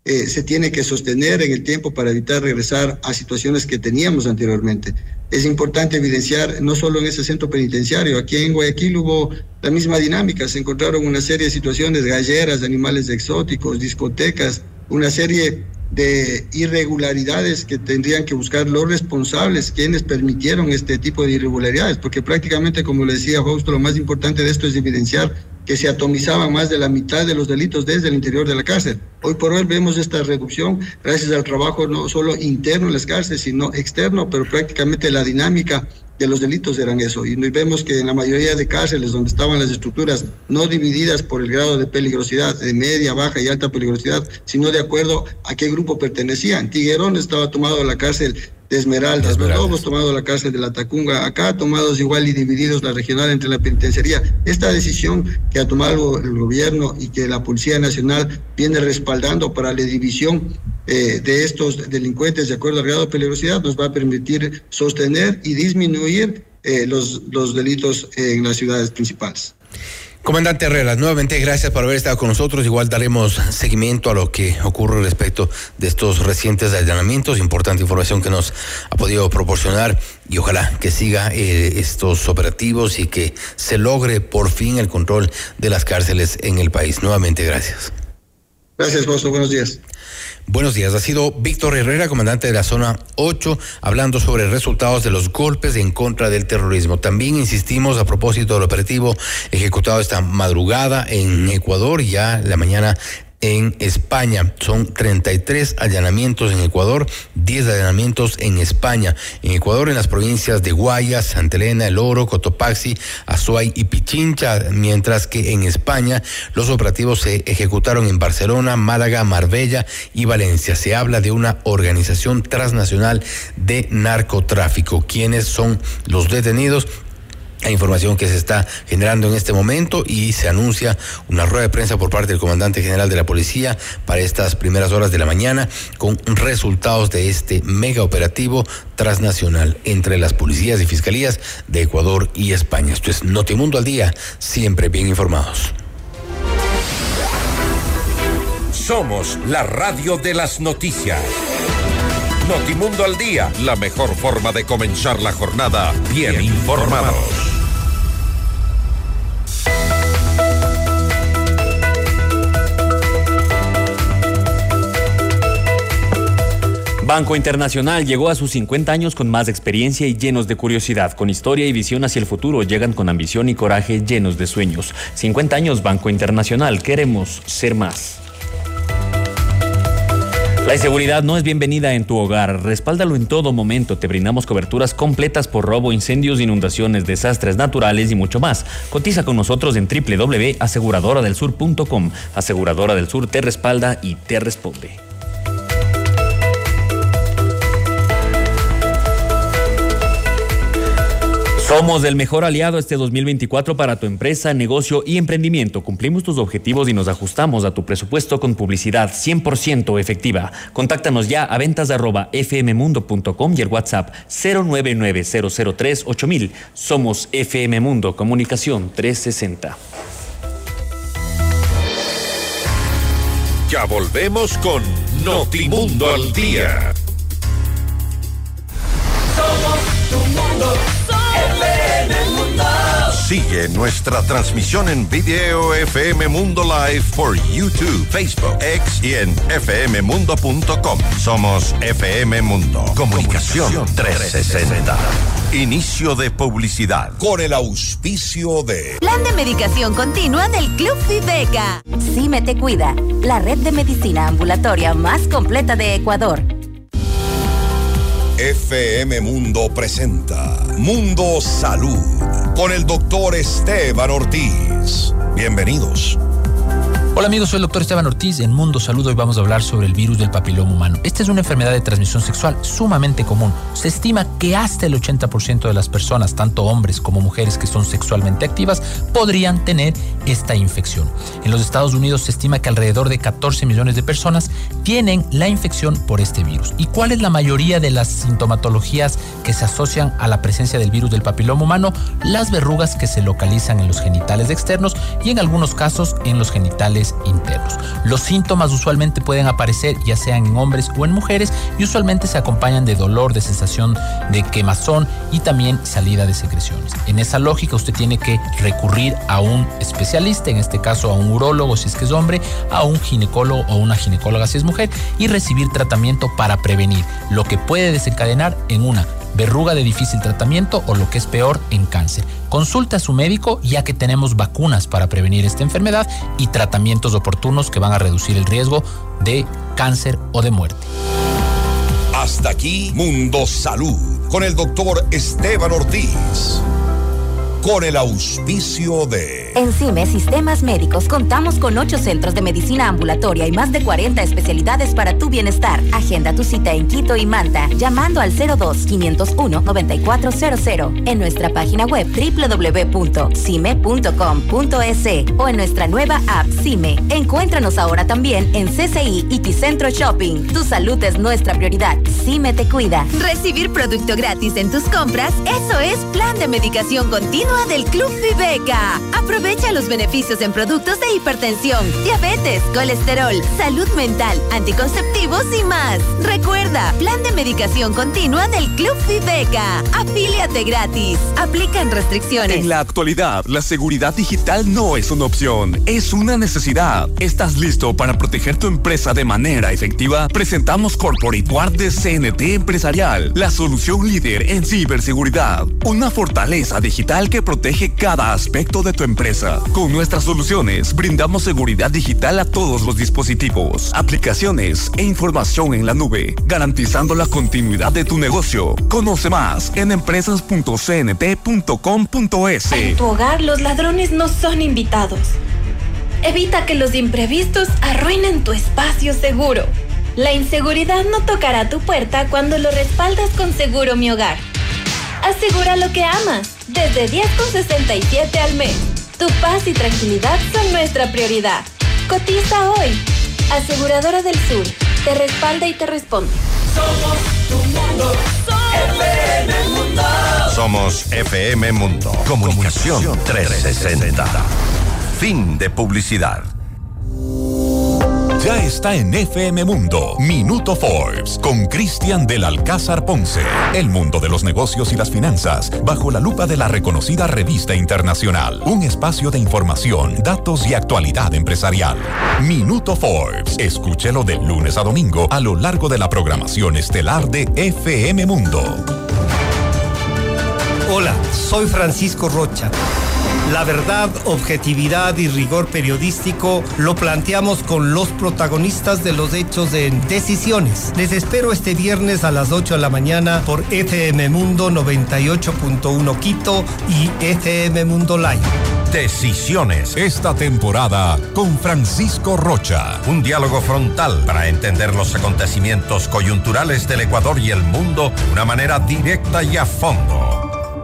eh, se tiene que sostener en el tiempo para evitar regresar a situaciones que teníamos anteriormente. Es importante evidenciar, no solo en ese centro penitenciario, aquí en Guayaquil hubo la misma dinámica, se encontraron una serie de situaciones, galleras, animales exóticos, discotecas, una serie de irregularidades que tendrían que buscar los responsables, quienes permitieron este tipo de irregularidades, porque prácticamente, como le decía Fausto, lo más importante de esto es evidenciar que se atomizaban más de la mitad de los delitos desde el interior de la cárcel. Hoy por hoy vemos esta reducción gracias al trabajo no solo interno en las cárceles, sino externo, pero prácticamente la dinámica de los delitos eran eso. Y vemos que en la mayoría de cárceles donde estaban las estructuras no divididas por el grado de peligrosidad, de media, baja y alta peligrosidad, sino de acuerdo a qué grupo pertenecían. Tiguerón estaba tomado a la cárcel de Esmeraldas, Esmeraldas. Los Lobos tomado la cárcel de la Tacunga, acá tomados igual y divididos la regional entre la penitenciaría. Esta decisión que ha tomado el gobierno y que la Policía Nacional viene respaldando para la división eh, de estos delincuentes de acuerdo al grado de peligrosidad nos va a permitir sostener y disminuir eh, los, los delitos en las ciudades principales. Comandante Herrera, nuevamente gracias por haber estado con nosotros. Igual daremos seguimiento a lo que ocurre respecto de estos recientes allanamientos. Importante información que nos ha podido proporcionar y ojalá que siga eh, estos operativos y que se logre por fin el control de las cárceles en el país. Nuevamente gracias. Gracias, Fausto. Buenos días. Buenos días, ha sido Víctor Herrera, comandante de la zona ocho, hablando sobre resultados de los golpes en contra del terrorismo. También insistimos a propósito del operativo ejecutado esta madrugada en Ecuador, ya la mañana en España. Son treinta y tres allanamientos en Ecuador, diez allanamientos en España. En Ecuador, en las provincias de Guayas, Santa Elena, El Oro, Cotopaxi, Azuay y Pichincha, mientras que en España los operativos se ejecutaron en Barcelona, Málaga, Marbella y Valencia. Se habla de una organización transnacional de narcotráfico. ¿Quiénes son los detenidos? La información que se está generando en este momento y se anuncia una rueda de prensa por parte del comandante general de la policía para estas primeras horas de la mañana con resultados de este mega operativo transnacional entre las policías y fiscalías de Ecuador y España. Esto es Notimundo al Día, siempre bien informados. Somos la radio de las noticias. Notimundo al Día, la mejor forma de comenzar la jornada bien informados. Banco Internacional llegó a sus cincuenta años con más experiencia y llenos de curiosidad, con historia y visión hacia el futuro. Llegan con ambición y coraje, llenos de sueños. cincuenta años Banco Internacional, queremos ser más. La inseguridad no es bienvenida en tu hogar. Respáldalo en todo momento. Te brindamos coberturas completas por robo, incendios, inundaciones, desastres naturales y mucho más. Cotiza con nosotros en doble u doble u doble u punto aseguradora del sur punto com. Aseguradora del Sur te respalda y te responde. Somos el mejor aliado este dos mil veinticuatro para tu empresa, negocio y emprendimiento. Cumplimos tus objetivos y nos ajustamos a tu presupuesto con publicidad cien por ciento efectiva. Contáctanos ya a ventas arroba f m mundo punto com y el WhatsApp cero nueve nueve cero cero tres ocho mil. Somos F M Mundo, Comunicación trescientos sesenta. Ya volvemos con Notimundo al Día. Somos tu mundo. F M Mundo. Sigue nuestra transmisión en video F M Mundo Live por YouTube, Facebook, X y en f m mundo punto com. Somos F M Mundo. Comunicación trescientos sesenta. Inicio de publicidad. Con el auspicio de Plan de Medicación Continua del Club Fibeca. Cime te cuida, la red de medicina ambulatoria más completa de Ecuador. F M Mundo presenta Mundo Salud con el doctor Esteban Ortiz. Bienvenidos. Hola amigos, soy el doctor Esteban Ortiz. En Mundo Salud hoy vamos a hablar sobre el virus del papiloma humano. Esta es una enfermedad de transmisión sexual sumamente común. Se estima que hasta el ochenta por ciento de las personas, tanto hombres como mujeres que son sexualmente activas, podrían tener esta infección. En los Estados Unidos se estima que alrededor de catorce millones de personas tienen la infección por este virus. ¿Y cuál es la mayoría de las sintomatologías que se asocian a la presencia del virus del papiloma humano? Las verrugas que se localizan en los genitales externos y en algunos casos en los genitales niveles internos. Los síntomas usualmente pueden aparecer ya sean en hombres o en mujeres y usualmente se acompañan de dolor, de sensación de quemazón y también salida de secreciones. En esa lógica usted tiene que recurrir a un especialista, en este caso a un urólogo si es que es hombre, a un ginecólogo o una ginecóloga si es mujer, y recibir tratamiento para prevenir lo que puede desencadenar en una verruga de difícil tratamiento o lo que es peor, en cáncer. Consulte a su médico ya que tenemos vacunas para prevenir esta enfermedad y tratamientos oportunos que van a reducir el riesgo de cáncer o de muerte. Hasta aquí Mundo Salud con el doctor Esteban Ortiz. Con el auspicio de... En CIME Sistemas Médicos contamos con ocho centros de medicina ambulatoria y más de cuarenta especialidades para tu bienestar. Agenda tu cita en Quito y Manta llamando al cero dos, quinientos uno, noventa y cuatro cero cero en nuestra página web doble u doble u doble u punto cime punto com punto es o en nuestra nueva app CIME. Encuéntranos ahora también en C C I y Ticentro Shopping. Tu salud es nuestra prioridad. CIME te cuida. Recibir producto gratis en tus compras, eso es plan de medicación continua del Club Viveca. Aprovecha los beneficios en productos de hipertensión, diabetes, colesterol, salud mental, anticonceptivos y más. Recuerda, plan de medicación continua del Club Viveca. Afíliate gratis. Aplican restricciones. En la actualidad, la seguridad digital no es una opción, es una necesidad. ¿Estás listo para proteger tu empresa de manera efectiva? Presentamos Corporate Guard de C N T Empresarial, la solución líder en ciberseguridad. Una fortaleza digital que protege cada aspecto de tu empresa. Con nuestras soluciones, brindamos seguridad digital a todos los dispositivos, aplicaciones e información en la nube, garantizando la continuidad de tu negocio. Conoce más en empresas punto c n t punto com punto es. En tu hogar, los ladrones no son invitados. Evita que los imprevistos arruinen tu espacio seguro. La inseguridad no tocará tu puerta cuando lo respaldas con Seguro Mi Hogar. Asegura lo que amas, desde diez con sesenta y siete al mes. Tu paz y tranquilidad son nuestra prioridad. Cotiza hoy. Aseguradora del Sur, te respalda y te responde. Somos tu mundo, F M Mundo. Somos F M Mundo. Comunicación trescientos sesenta. Fin de publicidad. Ya está en F M Mundo, Minuto Forbes, con Cristian del Alcázar Ponce. El mundo de los negocios y las finanzas, bajo la lupa de la reconocida revista internacional. Un espacio de información, datos y actualidad empresarial. Minuto Forbes, escúchelo de lunes a domingo a lo largo de la programación estelar de F M Mundo. Hola, soy Francisco Rocha. La verdad, objetividad y rigor periodístico lo planteamos con los protagonistas de los hechos en Decisiones. Les espero este viernes a las ocho de la mañana por F M Mundo noventa y ocho punto uno Quito y F M Mundo Live. Decisiones. Esta temporada con Francisco Rocha. Un diálogo frontal para entender los acontecimientos coyunturales del Ecuador y el mundo de una manera directa y a fondo.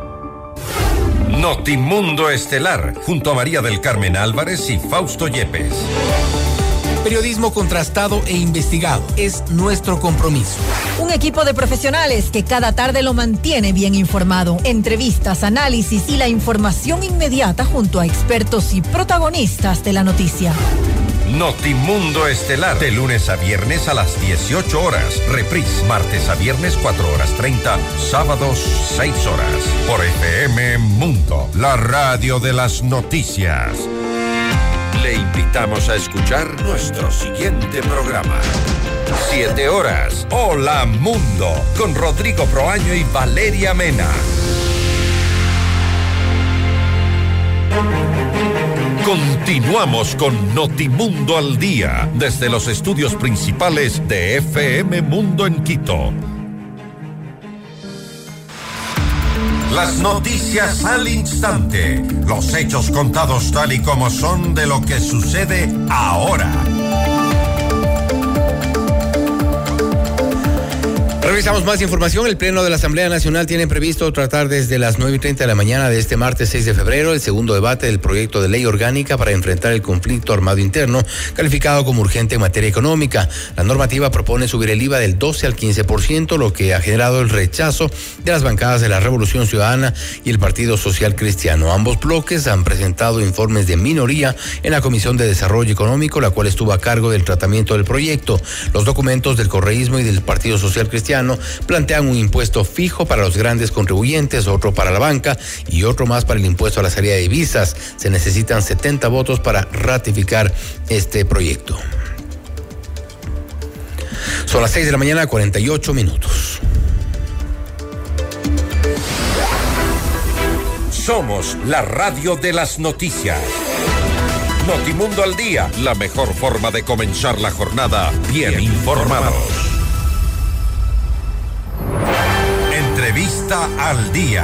Notimundo Estelar, junto a María del Carmen Álvarez y Fausto Yepes. Periodismo contrastado e investigado es nuestro compromiso. Un equipo de profesionales que cada tarde lo mantiene bien informado. Entrevistas, análisis y la información inmediata junto a expertos y protagonistas de la noticia. Notimundo Estelar, de lunes a viernes a las dieciocho horas. Reprise, martes a viernes cuatro horas treinta, sábados seis horas. Por F M Mundo, la radio de las noticias. Le invitamos a escuchar nuestro siguiente programa. Siete horas, Hola Mundo, con Rodrigo Proaño y Valeria Mena. Continuamos con Notimundo al Día, desde los estudios principales de F M Mundo en Quito. Las noticias al instante, los hechos contados tal y como son de lo que sucede ahora. Revisamos más información. El Pleno de la Asamblea Nacional tiene previsto tratar desde las nueve y treinta de la mañana de este martes seis de febrero el segundo debate del proyecto de ley orgánica para enfrentar el conflicto armado interno, calificado como urgente en materia económica. La normativa propone subir el I V A del doce al quince por ciento, lo que ha generado el rechazo de las bancadas de la Revolución Ciudadana y el Partido Social Cristiano. Ambos bloques han presentado informes de minoría en la Comisión de Desarrollo Económico, la cual estuvo a cargo del tratamiento del proyecto. Los documentos del correísmo y del Partido Social Cristiano plantean un impuesto fijo para los grandes contribuyentes, otro para la banca y otro más para el impuesto a la salida de divisas. Se necesitan setenta votos para ratificar este proyecto. Son las seis de la mañana, cuarenta y ocho minutos. Somos la radio de las noticias. Notimundo al día, la mejor forma de comenzar la jornada bien informados. Entrevista al día.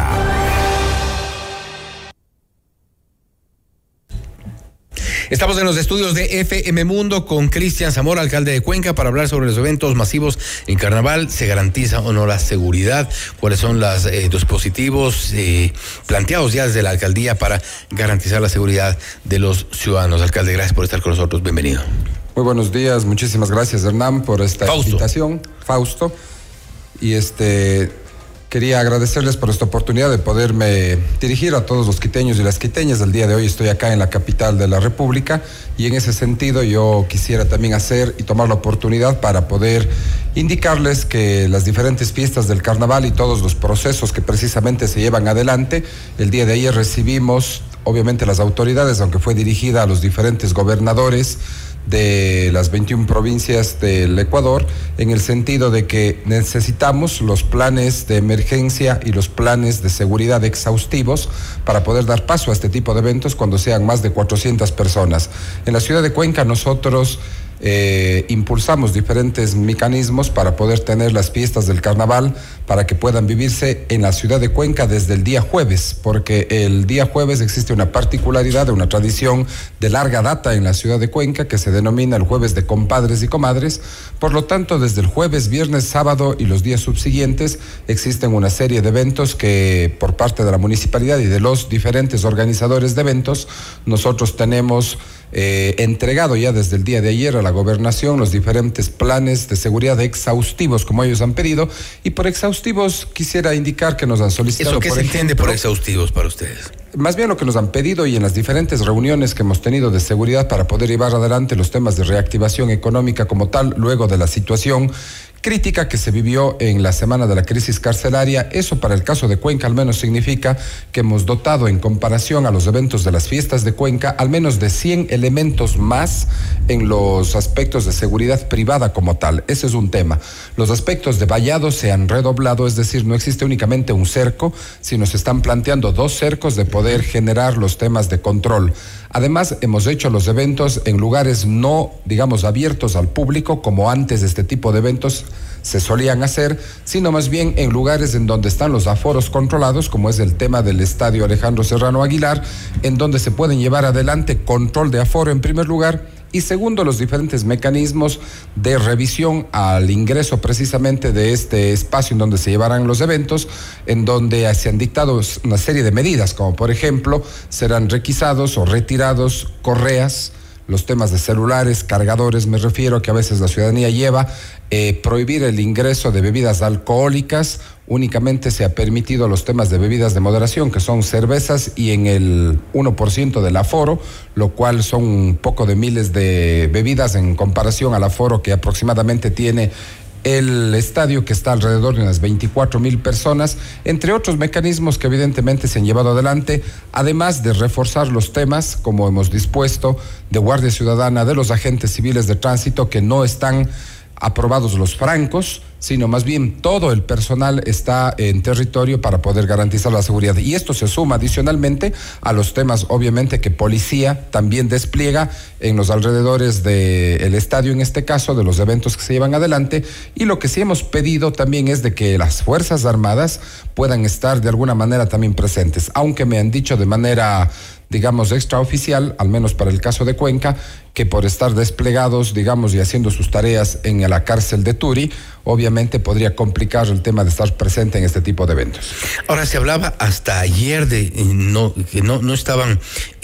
Estamos en los estudios de F M Mundo con Cristian Zamora, alcalde de Cuenca, para hablar sobre los eventos masivos en Carnaval. ¿Se garantiza o no la seguridad? ¿Cuáles son los eh, dispositivos eh, planteados ya desde la alcaldía para garantizar la seguridad de los ciudadanos? Alcalde, gracias por estar con nosotros. Bienvenido. Muy buenos días. Muchísimas gracias, Hernán, por esta Fausto. invitación. Fausto. Y este... Quería agradecerles por esta oportunidad de poderme dirigir a todos los quiteños y las quiteñas. El día de hoy estoy acá en la capital de la República y en ese sentido yo quisiera también hacer y tomar la oportunidad para poder indicarles que las diferentes fiestas del carnaval y todos los procesos que precisamente se llevan adelante, el día de ayer recibimos obviamente las autoridades, aunque fue dirigida a los diferentes gobernadores de las veintiuna provincias del Ecuador, en el sentido de que necesitamos los planes de emergencia y los planes de seguridad exhaustivos para poder dar paso a este tipo de eventos cuando sean más de cuatrocientas personas. En la ciudad de Cuenca nosotros Eh, impulsamos diferentes mecanismos para poder tener las fiestas del carnaval para que puedan vivirse en la ciudad de Cuenca desde el día jueves, porque el día jueves existe una particularidad, una tradición de larga data en la ciudad de Cuenca que se denomina el jueves de compadres y comadres. Por lo tanto, desde el jueves, viernes, sábado y los días subsiguientes existen una serie de eventos que por parte de la municipalidad y de los diferentes organizadores de eventos nosotros tenemos Eh, entregado ya desde el día de ayer a la gobernación los diferentes planes de seguridad exhaustivos como ellos han pedido, y por exhaustivos quisiera indicar que nos han solicitado. ¿Eso qué se entiende por exhaustivos para ustedes? Más bien lo que nos han pedido, y en las diferentes reuniones que hemos tenido de seguridad para poder llevar adelante los temas de reactivación económica como tal, luego de la situación crítica que se vivió en la semana de la crisis carcelaria. Eso para el caso de Cuenca al menos significa que hemos dotado, en comparación a los eventos de las fiestas de Cuenca, al menos de cien elementos más en los aspectos de seguridad privada como tal. Ese es un tema. Los aspectos de vallado se han redoblado, es decir, no existe únicamente un cerco, sino se están planteando dos cercos de poder generar los temas de control. Además, hemos hecho los eventos en lugares no, digamos, abiertos al público, como antes de este tipo de eventos se solían hacer, sino más bien en lugares en donde están los aforos controlados, como es el tema del Estadio Alejandro Serrano Aguilar, en donde se pueden llevar adelante control de aforo en primer lugar, y segundo, los diferentes mecanismos de revisión al ingreso precisamente de este espacio en donde se llevarán los eventos, en donde se han dictado una serie de medidas, como por ejemplo, serán requisados o retirados correas, los temas de celulares, cargadores, me refiero, que a veces la ciudadanía lleva, eh, prohibir el ingreso de bebidas alcohólicas. Únicamente se ha permitido los temas de bebidas de moderación, que son cervezas, y en el uno por ciento del aforo, lo cual son un poco de miles de bebidas en comparación al aforo que aproximadamente tiene el estadio, que está alrededor de unas veinticuatro mil personas, entre otros mecanismos que evidentemente se han llevado adelante, además de reforzar los temas, como hemos dispuesto, de Guardia Ciudadana, de los agentes civiles de tránsito, que no están aprobados los francos, sino más bien todo el personal está en territorio para poder garantizar la seguridad. Y esto se suma adicionalmente a los temas, obviamente, que policía también despliega en los alrededores del estadio, en este caso, de los eventos que se llevan adelante. Y lo que sí hemos pedido también es de que las Fuerzas Armadas puedan estar de alguna manera también presentes, aunque me han dicho de manera, digamos, extraoficial, al menos para el caso de Cuenca, que por estar desplegados, digamos, y haciendo sus tareas en la cárcel de Turi, obviamente obviamente podría complicar el tema de estar presente en este tipo de eventos. Ahora, se hablaba hasta ayer de eh, no, que no, no estaban,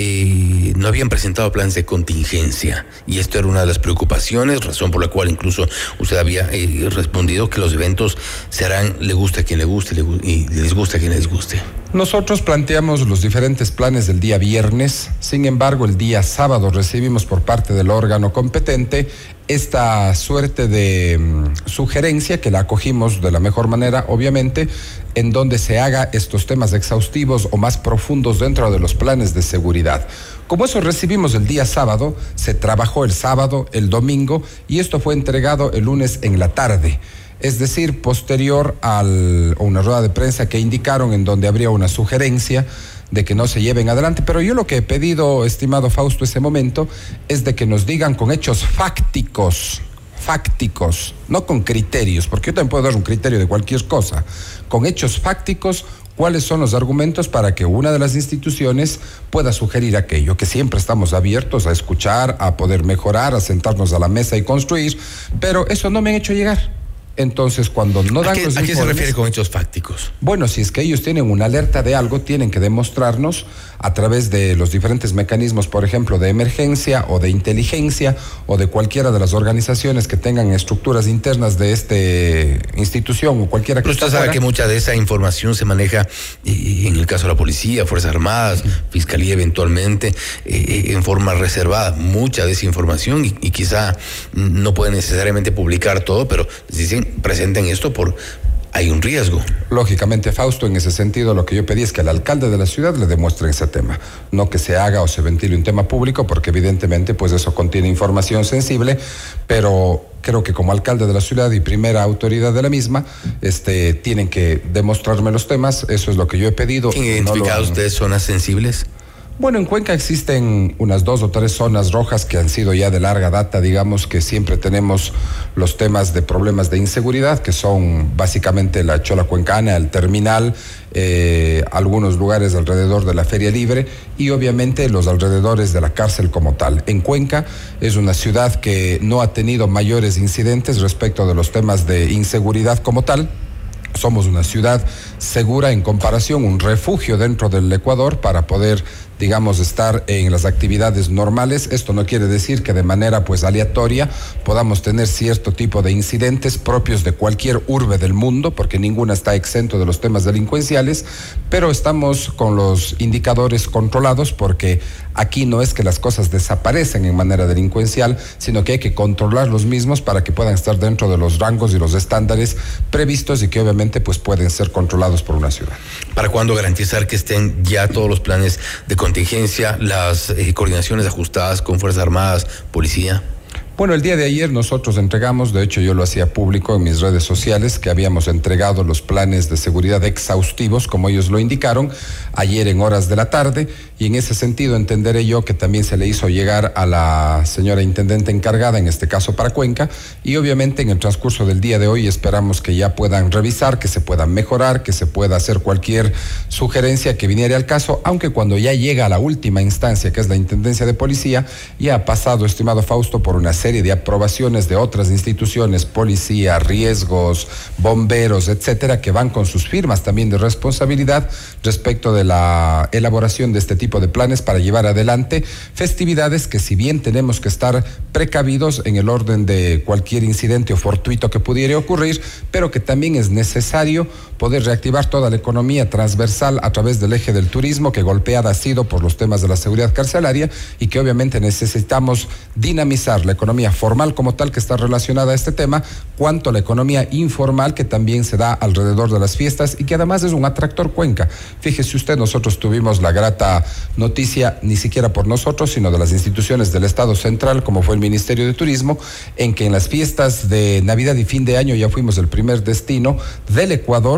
eh, no habían presentado planes de contingencia, y esto era una de las preocupaciones, razón por la cual incluso usted había eh, respondido que los eventos se harán, le gusta a quien le guste le, y les gusta a quien les guste. Nosotros planteamos los diferentes planes del día viernes, sin embargo el día sábado recibimos por parte del órgano competente esta suerte de um, sugerencia que la acogimos de la mejor manera, obviamente, en donde se haga estos temas exhaustivos o más profundos dentro de los planes de seguridad. Como eso recibimos el día sábado, se trabajó el sábado, el domingo, y esto fue entregado el lunes en la tarde. Es decir, posterior al, a una rueda de prensa que indicaron en donde habría una sugerencia de que no se lleven adelante, pero yo lo que he pedido, estimado Fausto, ese momento, es de que nos digan con hechos fácticos, fácticos, no con criterios, porque yo también puedo dar un criterio de cualquier cosa, con hechos fácticos, cuáles son los argumentos para que una de las instituciones pueda sugerir aquello, que siempre estamos abiertos a escuchar, a poder mejorar, a sentarnos a la mesa y construir, pero eso no me han hecho llegar. Entonces, cuando no dan ¿A qué, los ¿a qué informes, se refiere con hechos fácticos? Bueno, si es que ellos tienen una alerta de algo, tienen que demostrarnos a través de los diferentes mecanismos, por ejemplo, de emergencia o de inteligencia o de cualquiera de las organizaciones que tengan estructuras internas de esta institución o cualquiera que... Pero usted sabe que mucha de esa información se maneja eh, en el caso de la policía, Fuerzas Armadas, Fiscalía eventualmente, eh, en forma reservada, mucha de esa información y, y quizá no pueden necesariamente publicar todo, pero dicen presenten esto por hay un riesgo. Lógicamente, Fausto, en ese sentido lo que yo pedí es que al alcalde de la ciudad le demuestre ese tema, no que se haga o se ventile un tema público, porque evidentemente pues eso contiene información sensible, pero creo que como alcalde de la ciudad y primera autoridad de la misma, este, tienen que demostrarme los temas, eso es lo que yo he pedido. ¿Han identificado no ustedes zonas sensibles? Bueno, en Cuenca existen unas dos o tres zonas rojas que han sido ya de larga data, digamos que siempre tenemos los temas de problemas de inseguridad, que son básicamente la Chola Cuencana, el terminal, eh, algunos lugares alrededor de la Feria Libre y obviamente los alrededores de la cárcel como tal. En Cuenca es una ciudad que no ha tenido mayores incidentes respecto de los temas de inseguridad como tal. Somos una ciudad segura en comparación, un refugio dentro del Ecuador para poder, digamos, estar en las actividades normales. Esto no quiere decir que de manera pues aleatoria podamos tener cierto tipo de incidentes propios de cualquier urbe del mundo, porque ninguna está exento de los temas delincuenciales, pero estamos con los indicadores controlados porque aquí no es que las cosas desaparecen en manera delincuencial, sino que hay que controlar los mismos para que puedan estar dentro de los rangos y los estándares previstos y que obviamente pues pueden ser controlados por una ciudad. ¿Para cuándo garantizar que estén ya todos los planes de contingencia, las eh, coordinaciones ajustadas con Fuerzas Armadas, Policía? Bueno, el día de ayer nosotros entregamos, de hecho yo lo hacía público en mis redes sociales, que habíamos entregado los planes de seguridad exhaustivos, como ellos lo indicaron, ayer en horas de la tarde, y en ese sentido entenderé yo que también se le hizo llegar a la señora intendente encargada, en este caso para Cuenca, y obviamente en el transcurso del día de hoy esperamos que ya puedan revisar, que se puedan mejorar, que se pueda hacer cualquier sugerencia que viniera al caso, aunque cuando ya llega a la última instancia, que es la Intendencia de Policía, ya ha pasado, estimado Fausto, por una serie de aprobaciones de otras instituciones, policía, riesgos, bomberos, etcétera, que van con sus firmas también de responsabilidad respecto de la elaboración de este tipo de planes para llevar adelante festividades que, si bien tenemos que estar precavidos en el orden de cualquier incidente o fortuito que pudiera ocurrir, pero que también es necesario poder reactivar toda la economía transversal a través del eje del turismo, que golpeada ha sido por los temas de la seguridad carcelaria y que obviamente necesitamos dinamizar la economía formal como tal que está relacionada a este tema, cuanto a la economía informal que también se da alrededor de las fiestas y que además es un atractor Cuenca. Fíjese usted, nosotros tuvimos la grata noticia, ni siquiera por nosotros, sino de las instituciones del Estado Central, como fue el Ministerio de Turismo, en que en las fiestas de Navidad y fin de año ya fuimos el primer destino del Ecuador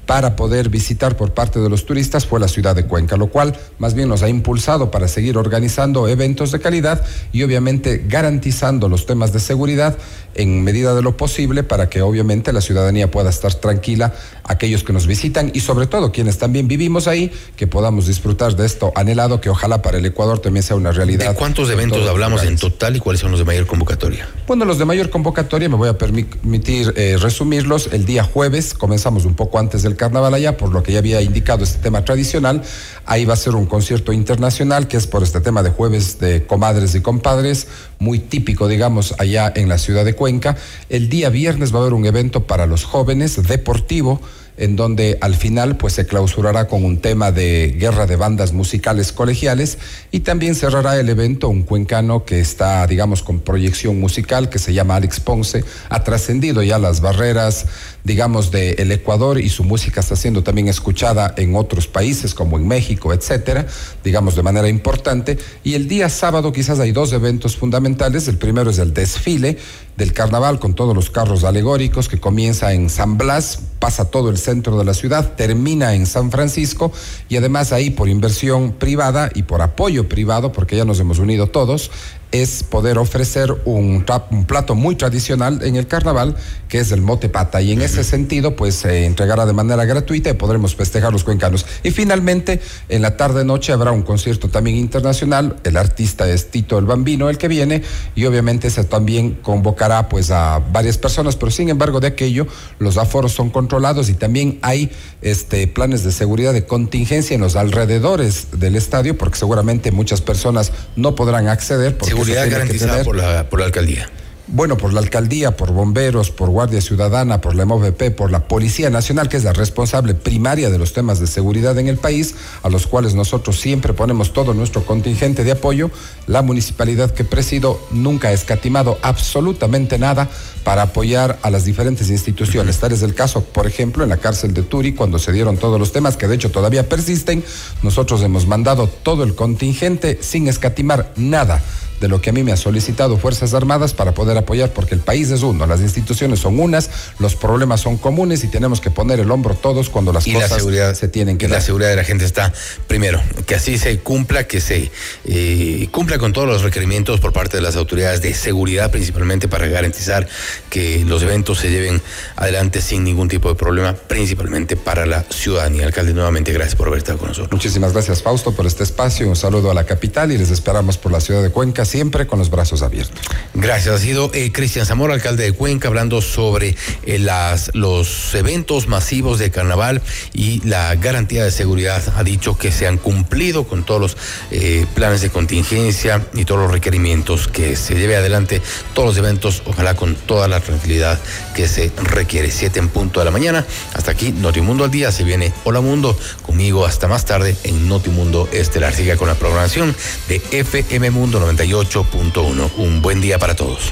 para poder visitar por parte de los turistas fue la ciudad de Cuenca, lo cual más bien nos ha impulsado para seguir organizando eventos de calidad y obviamente garantizando los temas de seguridad en medida de lo posible para que obviamente la ciudadanía pueda estar tranquila, aquellos que nos visitan y sobre todo quienes también vivimos ahí, que podamos disfrutar de esto anhelado que ojalá para el Ecuador también sea una realidad. ¿De cuántos eventos hablamos en total y cuáles son los de mayor convocatoria? Bueno, los de mayor convocatoria me voy a permitir eh, resumirlos. El día jueves comenzamos un poco antes del carnaval allá, por lo que ya había indicado este tema tradicional. Ahí va a ser un concierto internacional que es por este tema de jueves de comadres y compadres, muy típico, digamos, allá en la ciudad de Cuenca. El día viernes va a haber un evento para los jóvenes deportivo, en donde al final pues se clausurará con un tema de guerra de bandas musicales colegiales y también cerrará el evento un cuencano que está, digamos, con proyección musical, que se llama Alex Ponce, ha trascendido ya las barreras, digamos, del Ecuador y su música está siendo también escuchada en otros países como en México, etcétera, digamos, de manera importante. Y el día sábado quizás hay dos eventos fundamentales. El primero es el desfile del carnaval con todos los carros alegóricos que comienza en San Blas, pasa todo el centro de la ciudad, termina en San Francisco y además ahí por inversión privada y por apoyo privado, porque ya nos hemos unido todos, es poder ofrecer un, un plato muy tradicional en el carnaval, que es el mote pata, y en ese sentido pues se entregará de manera gratuita y podremos festejar los cuencanos. Y finalmente en la tarde noche habrá un concierto también internacional, el artista es Tito el Bambino el que viene y obviamente se también convocará pues a varias personas, pero sin embargo de aquello los aforos son controlados y también hay este planes de seguridad de contingencia en los alrededores del estadio, porque seguramente muchas personas no podrán acceder. Seguridad garantizada por la, por la alcaldía. Bueno, por la alcaldía, por bomberos, por Guardia Ciudadana, por la M O V P, por la Policía Nacional, que es la responsable primaria de los temas de seguridad en el país, a los cuales nosotros siempre ponemos todo nuestro contingente de apoyo. La municipalidad que presido nunca ha escatimado absolutamente nada para apoyar a las diferentes instituciones. Tal es el caso, por ejemplo, en la cárcel de Turi, cuando se dieron todos los temas, que de hecho todavía persisten, nosotros hemos mandado todo el contingente sin escatimar nada de lo que a mí me ha solicitado Fuerzas Armadas para poder apoyar, porque el país es uno, las instituciones son unas, los problemas son comunes y tenemos que poner el hombro todos cuando las y cosas la seguridad, se tienen que y dar. La seguridad de la gente está, primero, que así se cumpla, que se eh, cumpla con todos los requerimientos por parte de las autoridades de seguridad, principalmente para garantizar que los eventos se lleven adelante sin ningún tipo de problema, principalmente para la ciudadanía. Alcalde, nuevamente gracias por haber estado con nosotros. Muchísimas gracias, Fausto, por este espacio. Un saludo a la capital y les esperamos por la ciudad de Cuenca, siempre con los brazos abiertos. Gracias. Ha sido eh, Cristian Zamora, alcalde de Cuenca, hablando sobre eh, las, los eventos masivos de carnaval y la garantía de seguridad. Ha dicho que se han cumplido con todos los eh, planes de contingencia y todos los requerimientos, que se lleve adelante todos los eventos, ojalá con toda la tranquilidad que se requiere. Siete en punto de la mañana. Hasta aquí, Notimundo al día. Se viene Hola Mundo, conmigo hasta más tarde en Notimundo Estelar. Siga con la programación de F M Mundo noventa y ocho punto uno. Un buen día para todos.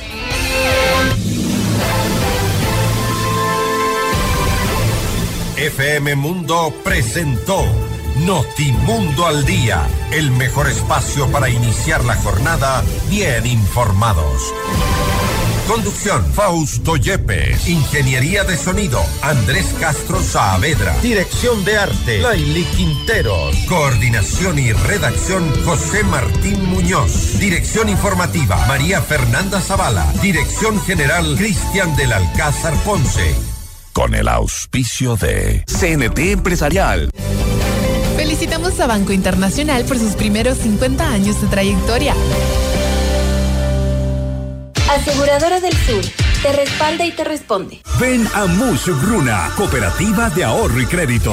F M Mundo presentó Notimundo al día, el mejor espacio para iniciar la jornada bien informados. Conducción, Fausto Yepes. Ingeniería de sonido, Andrés Castro Saavedra. Dirección de arte, Laili Quinteros. Coordinación y redacción, José Martín Muñoz. Dirección informativa, María Fernanda Zavala. Dirección general, Cristian del Alcázar Ponce. Con el auspicio de C N T Empresarial. Felicitamos a Banco Internacional por sus primeros cincuenta años de trayectoria. Aseguradora del Sur, te respalda y te responde. Ven a Mush Gruna, Cooperativa de Ahorro y Crédito.